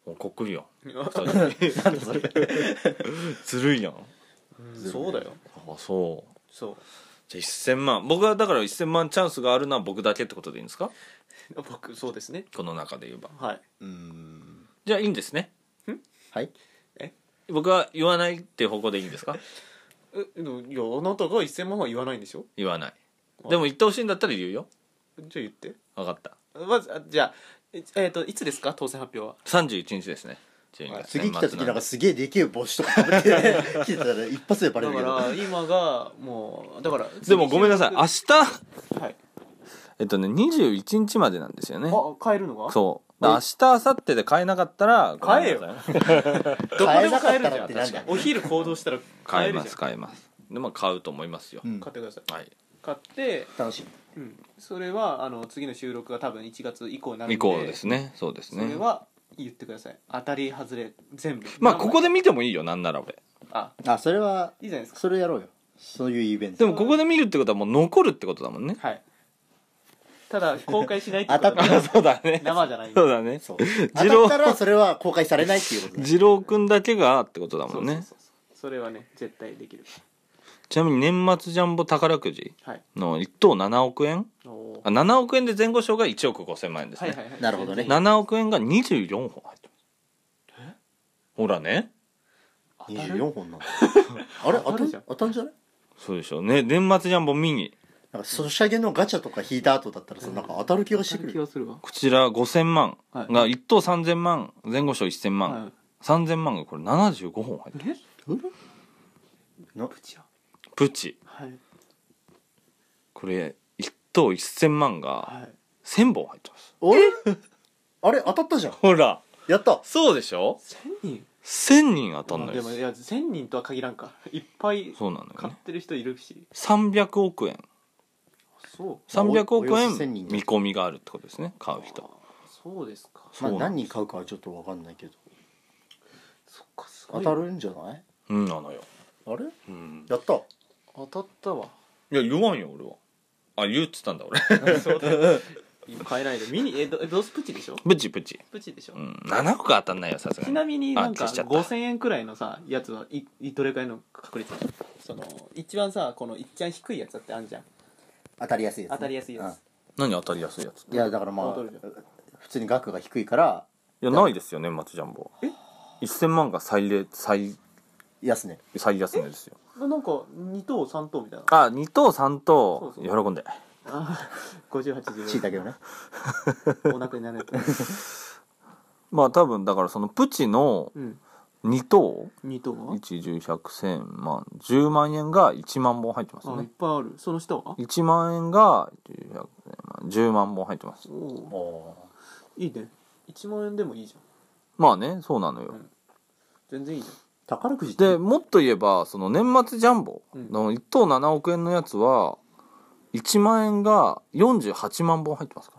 [SPEAKER 1] もうこっくりよ
[SPEAKER 2] なんだそれ
[SPEAKER 1] ずるいやん。
[SPEAKER 3] うんそうだよ。
[SPEAKER 1] あそう
[SPEAKER 3] そう
[SPEAKER 1] じゃあせんまん僕はだからせんまんチャンスがあるのは僕だけってことでいいんですか
[SPEAKER 3] 僕そうですね。
[SPEAKER 1] この中で言えば。
[SPEAKER 3] はい。
[SPEAKER 2] うーん
[SPEAKER 1] じゃあいいんですね。
[SPEAKER 2] はい
[SPEAKER 1] 僕は言わないっていう方向でいいんですか。
[SPEAKER 3] えでもいやあなたがせんまんは言わないんでしょ。
[SPEAKER 1] 言わない。でも言ってほしいんだったら言うよ。
[SPEAKER 3] じゃあ言って。
[SPEAKER 1] 分かった。
[SPEAKER 3] まずあじゃあええーといつですか当選発表は。
[SPEAKER 1] さんじゅういちにちですね。じゅうにがつ
[SPEAKER 2] 次来た時なんか
[SPEAKER 1] す
[SPEAKER 2] すげえでけえ帽子とか被って来てたら一発でバレ
[SPEAKER 3] だか
[SPEAKER 2] るけど
[SPEAKER 3] ら今がもうだから
[SPEAKER 1] でもごめんなさい明日
[SPEAKER 3] はい。
[SPEAKER 1] えっとねにじゅういちにちまでなんですよね。
[SPEAKER 3] あ買えるのが。
[SPEAKER 1] そう明日明後日で買えなかったら
[SPEAKER 3] 買えよ
[SPEAKER 1] ごめんなさい
[SPEAKER 3] どこでも買えるじゃん。
[SPEAKER 2] 買えなかったらってなんだ
[SPEAKER 3] お昼行動したら買えるじゃん。
[SPEAKER 1] 買えます買えますでも買うと思いますよ、
[SPEAKER 2] うん
[SPEAKER 3] 買ってください。
[SPEAKER 1] はい
[SPEAKER 3] 買って、
[SPEAKER 2] 楽しみ
[SPEAKER 3] うん、それはあの次の収録が多分いちがつ以降になるんで。
[SPEAKER 1] 以降ですねそうですね
[SPEAKER 3] それは言ってください。当たり外れ全部。
[SPEAKER 1] まあここで見てもいいよなんなら俺
[SPEAKER 3] あ
[SPEAKER 2] あそれはい
[SPEAKER 3] いじゃないですか。
[SPEAKER 2] それやろうよそういうイベント
[SPEAKER 1] でもここで見るってことはもう残るってことだもんね
[SPEAKER 3] はい。ただ公開しないってこと
[SPEAKER 2] 当たった
[SPEAKER 1] あそうだね
[SPEAKER 3] 生じゃないんで
[SPEAKER 1] そうだね
[SPEAKER 2] そう
[SPEAKER 1] 二
[SPEAKER 2] 当
[SPEAKER 1] 郎
[SPEAKER 2] たったらそれは公開されないっていうことだ
[SPEAKER 1] 二郎くんだけがってことだもんね。
[SPEAKER 3] そうそうそうそうそれはね絶対できる。
[SPEAKER 1] ちなみに年末ジャンボ宝くじ
[SPEAKER 3] はい。
[SPEAKER 1] のいっ等ななおくえん
[SPEAKER 3] おー
[SPEAKER 1] あななおくえんで前後賞がいちおくごせんまん円ですね、
[SPEAKER 3] はいはいはい。
[SPEAKER 2] なるほどね
[SPEAKER 1] ななおくえんがにじゅうよんほん入ってますほらね
[SPEAKER 3] 当たる
[SPEAKER 2] にじゅうよんほんなんだあれ当たん
[SPEAKER 3] 当たるじゃん
[SPEAKER 2] 当たんじゃない
[SPEAKER 1] そうでしょうね年末ジャンボミニ
[SPEAKER 2] なんかソシャゲのガチャとか引いた後だったらさなんか当たる気がしてくる
[SPEAKER 3] 当たる気がするわ。
[SPEAKER 1] こちらごせんまん
[SPEAKER 3] はい
[SPEAKER 1] がいっ等さんぜんまん前後賞せんまん、
[SPEAKER 3] はい
[SPEAKER 1] さんぜんまんがこれななじゅうごほん入ってる
[SPEAKER 3] え
[SPEAKER 2] な
[SPEAKER 3] プチや。
[SPEAKER 1] プチ
[SPEAKER 3] はい
[SPEAKER 1] これいっ等せんまんが
[SPEAKER 3] はい。
[SPEAKER 1] せんぼん入ってます
[SPEAKER 2] おいあれ当たったじゃん
[SPEAKER 1] ほら
[SPEAKER 2] やった
[SPEAKER 1] そうでしょ
[SPEAKER 3] 千人。
[SPEAKER 1] せんにん当たんないです
[SPEAKER 3] でもいや千人とは限らんか。いっぱい
[SPEAKER 1] そうなのよね
[SPEAKER 3] 買ってる人いるし。
[SPEAKER 1] さんびゃくおくえん
[SPEAKER 3] そう。
[SPEAKER 1] さんびゃくおくえ
[SPEAKER 2] およそせん
[SPEAKER 1] ん
[SPEAKER 2] にん
[SPEAKER 1] 見込みがあるってことですね買う人
[SPEAKER 3] あそうですか。
[SPEAKER 1] そうなん
[SPEAKER 2] まあ何人買うかはちょっと分かんないけど
[SPEAKER 3] そっかすごい。
[SPEAKER 2] 当たるんじゃない
[SPEAKER 1] うんなのよ、
[SPEAKER 2] あれ
[SPEAKER 1] うん、
[SPEAKER 2] やった
[SPEAKER 3] 当たったわ。
[SPEAKER 1] いや言わんよ俺はあ言うっつったんだ俺
[SPEAKER 3] そうだ。今買えないでミニえどどうすプチでしょ。
[SPEAKER 1] プチプチ
[SPEAKER 3] プチでしょ。
[SPEAKER 1] うんななおく当たんないよさすがに
[SPEAKER 3] ちなみになんか
[SPEAKER 1] あ消しちゃった
[SPEAKER 3] ごせんえんくらいのさやつはいいどれくらいの確率なの。その一番さこのいっちゃん低いやつだってあるじゃん。
[SPEAKER 2] 当たりやすいやつね
[SPEAKER 3] 当たりやすいやつ。
[SPEAKER 1] 何当たりやすいやつ
[SPEAKER 2] うんいやだからまあ
[SPEAKER 3] 当たるじゃん
[SPEAKER 2] 普通に額が低いから
[SPEAKER 1] いやないですよ年末ジャンボえせんまんが最レ最
[SPEAKER 2] 安ね
[SPEAKER 1] 最安値ですよ
[SPEAKER 3] なんかに等さん等みたいな。
[SPEAKER 1] あに等さん等
[SPEAKER 3] そうそう
[SPEAKER 1] 喜んで
[SPEAKER 3] ごじゅうはちじゅう。
[SPEAKER 2] しいたけどね
[SPEAKER 3] お亡くなりになる。
[SPEAKER 1] まあ多分だからそのプチの
[SPEAKER 3] うん。
[SPEAKER 1] に等
[SPEAKER 3] に等はい
[SPEAKER 1] ち、じゅう、ひゃく、せんまんじゅうまんえんがいちまんぼん入ってます
[SPEAKER 3] あいっ
[SPEAKER 1] ね
[SPEAKER 3] ぱいある。その下はい
[SPEAKER 1] ちまんえんがじゅう、ひゃく、せんまんじゅうまんぼん入ってます
[SPEAKER 3] おお
[SPEAKER 2] お
[SPEAKER 3] いいね。いちまん円でもいいじゃん。
[SPEAKER 1] まあねそうなのよ、
[SPEAKER 3] 全然いいじ
[SPEAKER 2] 宝くじって
[SPEAKER 1] でもっと言えばその年末ジャンボのいっ等ななおくえんのやつはいちまんえんがよんじゅうはちまんぼん入ってますか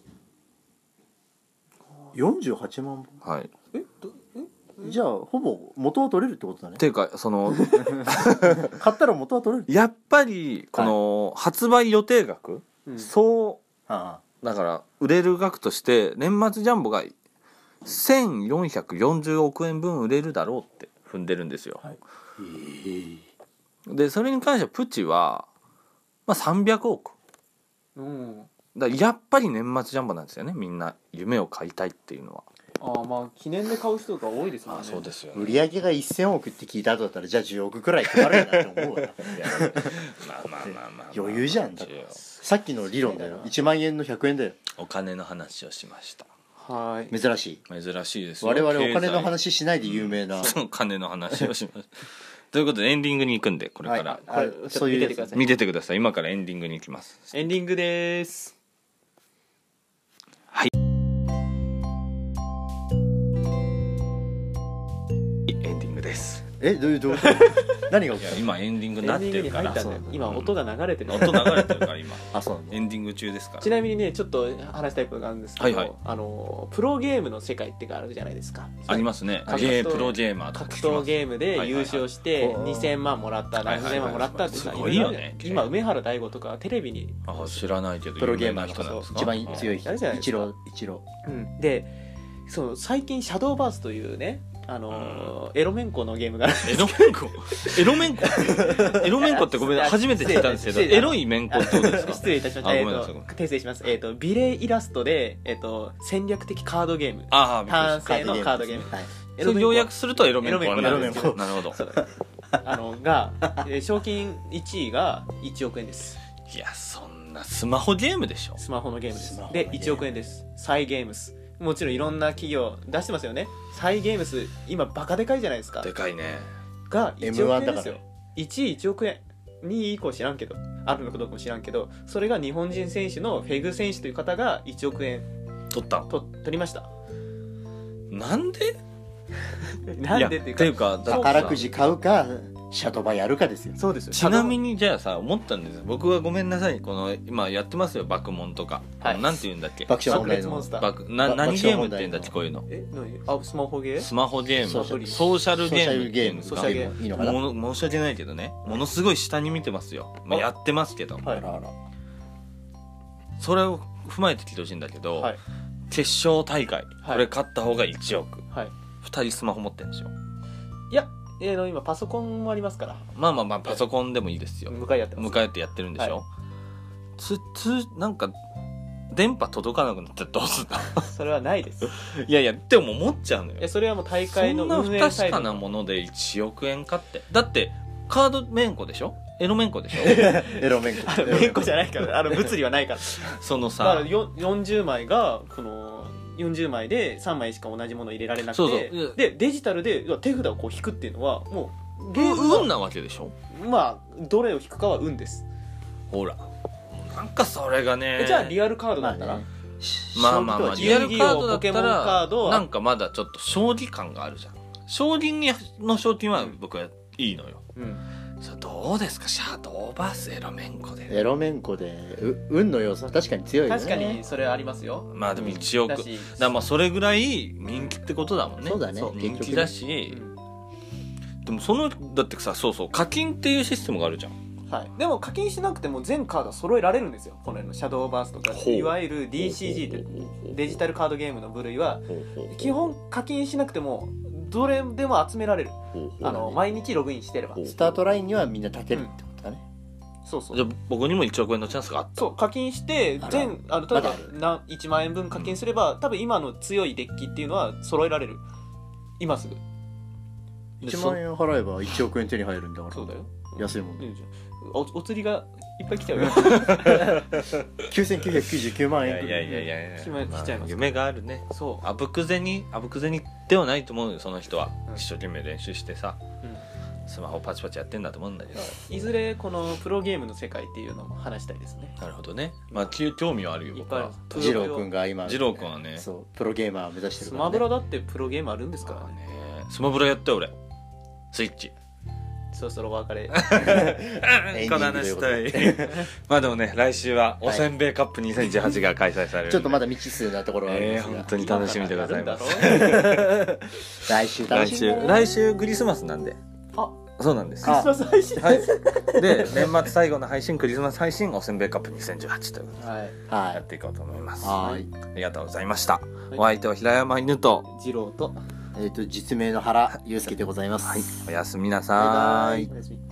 [SPEAKER 2] よんじゅうはちまん
[SPEAKER 1] らはいっ
[SPEAKER 3] ゃん。えどえ
[SPEAKER 2] 本じゃあほぼ元は取れるってことだね
[SPEAKER 1] ていうかその
[SPEAKER 2] 買ったら元は取れる
[SPEAKER 1] やっぱりこの発売予定額、
[SPEAKER 3] うん
[SPEAKER 1] そ
[SPEAKER 2] あ
[SPEAKER 1] うだから売れる額として年末ジャンボがせんよんひゃくよんじゅうおくえんぶん売れるだろうって踏んでるんですよ、
[SPEAKER 2] あええ
[SPEAKER 1] でそれに関してはプチは、まあ、さんびゃくおく
[SPEAKER 3] うん。
[SPEAKER 1] だからやっぱり年末ジャンボなんですよねみんな夢を買いたいっていうのは
[SPEAKER 3] ああまあ記念で買う人が多いですもんね。
[SPEAKER 1] すよ
[SPEAKER 2] 売り上げがせんおくって聞いた後だったらじゃあじゅうおくくらい配るよなって思うわな
[SPEAKER 1] まあまあまあまあ、まあ、
[SPEAKER 2] 余裕じゃんだ
[SPEAKER 1] 一応
[SPEAKER 2] さっきの理論だよいちまんえんのひゃくえんだよ
[SPEAKER 1] お金の話をしました
[SPEAKER 3] はい。
[SPEAKER 2] 珍しい
[SPEAKER 1] 珍しいですよ
[SPEAKER 2] 我々お金の
[SPEAKER 1] 経済
[SPEAKER 2] 話しないで有名な
[SPEAKER 1] そう金の話をしましたということでエンディングに行くんでこれから、
[SPEAKER 2] はい
[SPEAKER 3] これちょっと見ててください。
[SPEAKER 1] 見ててください今からエンディングに行きます
[SPEAKER 3] エンディングでーす。
[SPEAKER 1] はいエンディングです
[SPEAKER 2] えどういうどういう何が起きた
[SPEAKER 1] いや今エンディング
[SPEAKER 3] エ
[SPEAKER 1] になっ
[SPEAKER 3] ンディングに
[SPEAKER 1] てるから
[SPEAKER 3] 入ったんだよ。今音が流れてる。
[SPEAKER 1] 音流れてるから今
[SPEAKER 2] あそうなんだ
[SPEAKER 1] エンディング中ですから
[SPEAKER 3] ちなみにねちょっと話したいことがあるんですけど、
[SPEAKER 1] はいはい
[SPEAKER 3] あのプロゲームの世界ってがあるじゃないですか。
[SPEAKER 1] ありますね
[SPEAKER 3] 格闘
[SPEAKER 1] ゲープロゲーマーとか
[SPEAKER 3] 格
[SPEAKER 1] 聞きます
[SPEAKER 3] 闘ゲームで優勝して
[SPEAKER 2] はいはいはい
[SPEAKER 3] にせんまんもらった
[SPEAKER 1] はいはいはい
[SPEAKER 3] 何千万もらったってさ
[SPEAKER 1] すごいよね
[SPEAKER 3] 今梅原大吾とかテレビに、
[SPEAKER 1] あ知らないけど
[SPEAKER 2] プロゲーマー
[SPEAKER 1] 有名な人なんですか
[SPEAKER 2] 一番強い人
[SPEAKER 3] あれじゃないですか
[SPEAKER 2] 一郎一郎
[SPEAKER 3] うん、でそう最近シャドーバースというねあのー、エロメンコのゲームがあるんです
[SPEAKER 1] エロメンコエロメンコエロメンコってごめん初めて聞いたんですけど、エロいメンコってことですか？
[SPEAKER 3] 失礼いたしました。
[SPEAKER 1] あ
[SPEAKER 3] えっ、
[SPEAKER 1] ごめんなさい
[SPEAKER 3] と訂正します。えっ、と美麗イラストでえっ、と戦略的カードゲーム。
[SPEAKER 1] ああ、
[SPEAKER 3] 単性のカードゲーム。
[SPEAKER 2] はい、
[SPEAKER 1] それ要約するとエロメンコになるんですよ。
[SPEAKER 2] エロメンコ
[SPEAKER 1] なるほど。
[SPEAKER 3] そうあのが、えー賞金いちいがいちおくえんです。
[SPEAKER 1] いやそんなスマホゲームでしょ。
[SPEAKER 3] スマホのゲームです
[SPEAKER 2] スマホのゲーム
[SPEAKER 3] でいちおくえんです。サイゲームスもちろんいろんな企業出してますよね。サイゲームス今バカでかいじゃないですか。
[SPEAKER 1] でかいね。
[SPEAKER 3] がいちおくえんですよ。
[SPEAKER 2] エムワンだから
[SPEAKER 3] いちいいちおくえんにい以降知らんけどあるのかどうかも知らんけどそれが日本人選手のフェグ選手という方がいちおくえん
[SPEAKER 1] 取ったの
[SPEAKER 3] と取りました。
[SPEAKER 1] なんで？
[SPEAKER 3] なんでっていうか
[SPEAKER 1] いやっていうかだってさ
[SPEAKER 2] 宝くじ買うかシャドバやるかですよ。
[SPEAKER 3] そうですよ。
[SPEAKER 1] ちなみにじゃあさ思ったんです。僕はごめんなさい、この今やってますよ爆問とか、
[SPEAKER 3] はい
[SPEAKER 1] あのなんて言うんだっけ、
[SPEAKER 2] 爆笑問題の
[SPEAKER 3] 爆裂モンスター
[SPEAKER 1] 爆な
[SPEAKER 2] ば
[SPEAKER 1] 何ゲームって
[SPEAKER 2] 爆笑問題の
[SPEAKER 1] 言うんだっけこういうの。
[SPEAKER 3] え何あスマホゲー
[SPEAKER 1] スマホゲーム、ソ
[SPEAKER 2] ソーシ
[SPEAKER 1] ーシャルゲームっていうんですか。
[SPEAKER 3] ソーシャルゲーム
[SPEAKER 2] いいのかな。
[SPEAKER 1] もの申し訳ないけどね、ものすごい下に見てますよ、まあ、やってますけど、
[SPEAKER 3] はい
[SPEAKER 2] あらあら。
[SPEAKER 1] それを踏まえて聞いてほしいんだけど、
[SPEAKER 3] はい
[SPEAKER 1] 決勝大会、
[SPEAKER 3] はい
[SPEAKER 1] これ勝った方がいちおく、
[SPEAKER 3] はい
[SPEAKER 1] ふたりスマホ持ってるんですよ。
[SPEAKER 3] いやえーの今パソコンもありますから
[SPEAKER 1] まあまあまあパソコンでもいいですよ、
[SPEAKER 3] 向かい合ってます。
[SPEAKER 1] 迎えてやってるんでしょ、
[SPEAKER 3] はい
[SPEAKER 1] つつなんか電波届かなくなったらどうすんの
[SPEAKER 3] それはないです。
[SPEAKER 1] いやいやでも思っちゃうのよ。
[SPEAKER 3] えそれはもう大
[SPEAKER 1] そ
[SPEAKER 3] 会の
[SPEAKER 1] んな不
[SPEAKER 3] 運営サイド
[SPEAKER 1] 確かなものでいちおくえんかって。だってカードメンコでしょ、エロメンコでしょ
[SPEAKER 2] エロメンコ。
[SPEAKER 3] あのめんこじゃないからあの物理はないから
[SPEAKER 1] その
[SPEAKER 3] だから
[SPEAKER 1] さ
[SPEAKER 3] よよんじゅうまいがこのよんじゅうまいでさんまいしか同じもの入れられなくて
[SPEAKER 1] そうそう
[SPEAKER 3] でデジタルで手札をこう引くっていうのはもうゲ
[SPEAKER 1] ゲ
[SPEAKER 3] ーム
[SPEAKER 1] 運なわけでしょ。
[SPEAKER 3] まあどれを引くかは運です。
[SPEAKER 1] ほらなんかそれがね
[SPEAKER 3] えじゃあリアルカードだったら、
[SPEAKER 2] まあね
[SPEAKER 1] まあまあまあリアルカードだった
[SPEAKER 3] ポケモンカードは
[SPEAKER 1] らなんかまだちょっと将棋感があるじゃん。将棋にの賞金は僕はいいのよ。
[SPEAKER 3] うん、
[SPEAKER 1] それどうですか、シャドーバースエロメンコで。
[SPEAKER 2] エロメンコでう運の要素は確かに強いよね。
[SPEAKER 3] 確かにそれはありますよ。
[SPEAKER 1] まあでもいちおく、
[SPEAKER 3] だ
[SPEAKER 1] だか
[SPEAKER 3] し
[SPEAKER 1] らまあそれぐらい人気ってことだもんね。
[SPEAKER 2] そうだね
[SPEAKER 1] 人
[SPEAKER 2] 結局
[SPEAKER 1] 気だし、でもそのだってさ、そうそう課金っていうシステムがあるじゃん。
[SPEAKER 3] はい、でも課金しなくても全カードは揃えられるんですよ。この辺のシャドーバースとか
[SPEAKER 1] ほう
[SPEAKER 3] いわゆる ディーシージー ってデジタルカードゲームの部類は基本課金しなくてもどれでも集められる。あの毎日ログインしてれば。
[SPEAKER 2] スタートラインにはみんな立てるってことだね。
[SPEAKER 3] そうそう
[SPEAKER 1] じゃあ僕にもいちおくえんのチャンスがあった。
[SPEAKER 3] そう課金して
[SPEAKER 2] あら
[SPEAKER 3] 全あの例えば
[SPEAKER 2] まだある
[SPEAKER 3] ないちまんえんぶん課金すれば多分今の強いデッキっていうのは揃えられる。今すぐ。
[SPEAKER 1] で
[SPEAKER 2] いちまんえん払えばいちおくえん手に入るんだから。
[SPEAKER 3] そうだよ。
[SPEAKER 2] 安いもんね。
[SPEAKER 3] いいじゃんおお釣りがいっぱい来ちゃうよ。
[SPEAKER 2] きゅうせんきゅうひゃくきゅうじゅうきゅうまん円。
[SPEAKER 1] いやいやいやいやいや、
[SPEAKER 3] しまい来ちゃいます
[SPEAKER 1] 夢があるね。
[SPEAKER 3] そう。
[SPEAKER 1] あぶく銭あぶく銭ではないと思うよ、その人は、
[SPEAKER 3] うん
[SPEAKER 1] 一生懸命練習してさ
[SPEAKER 3] うん
[SPEAKER 1] スマホパチパチやってんだと思うんだけど。
[SPEAKER 3] いずれこのプロゲームの世界っていうのも話したいですね。
[SPEAKER 1] なるほどね。まあきゅ興味はあるよ僕は。
[SPEAKER 3] いっぱいある
[SPEAKER 2] 二郎くんが今
[SPEAKER 1] 二郎くんはね、
[SPEAKER 2] そうプロゲーマーを目指してる
[SPEAKER 3] ス
[SPEAKER 2] からね。
[SPEAKER 3] マブラだってプロゲームあるんですからね。
[SPEAKER 1] まあね、スマブラやったよ俺。スイッチ。
[SPEAKER 3] そろそろお別れ。
[SPEAKER 2] エンディング
[SPEAKER 1] この話したい。まあでもね、来週はおせんべいカップにせんじゅうはちが開催されるんで。
[SPEAKER 2] ちょっとまだ未知数なところはあるん
[SPEAKER 1] えー、
[SPEAKER 2] ですが、
[SPEAKER 1] 本当に楽しみでございます。
[SPEAKER 2] 来週楽
[SPEAKER 1] 来週
[SPEAKER 2] しみだね。
[SPEAKER 1] 来週クリスマスなんで。
[SPEAKER 3] あ
[SPEAKER 1] そうなんです。
[SPEAKER 3] クリスマス配信。
[SPEAKER 1] はい。で年末最後の配信クリスマス配信おせんべいカップにせんじゅうはちということで
[SPEAKER 3] はい。
[SPEAKER 2] は
[SPEAKER 1] やっていこうと思います。
[SPEAKER 2] い。はい。
[SPEAKER 1] ありがとうございました。
[SPEAKER 3] い
[SPEAKER 1] お相手は平山犬と、
[SPEAKER 3] 次郎と。
[SPEAKER 2] えっと実名の原祐介でございます。
[SPEAKER 1] はい、おやすみなさーい。
[SPEAKER 3] おやすみ。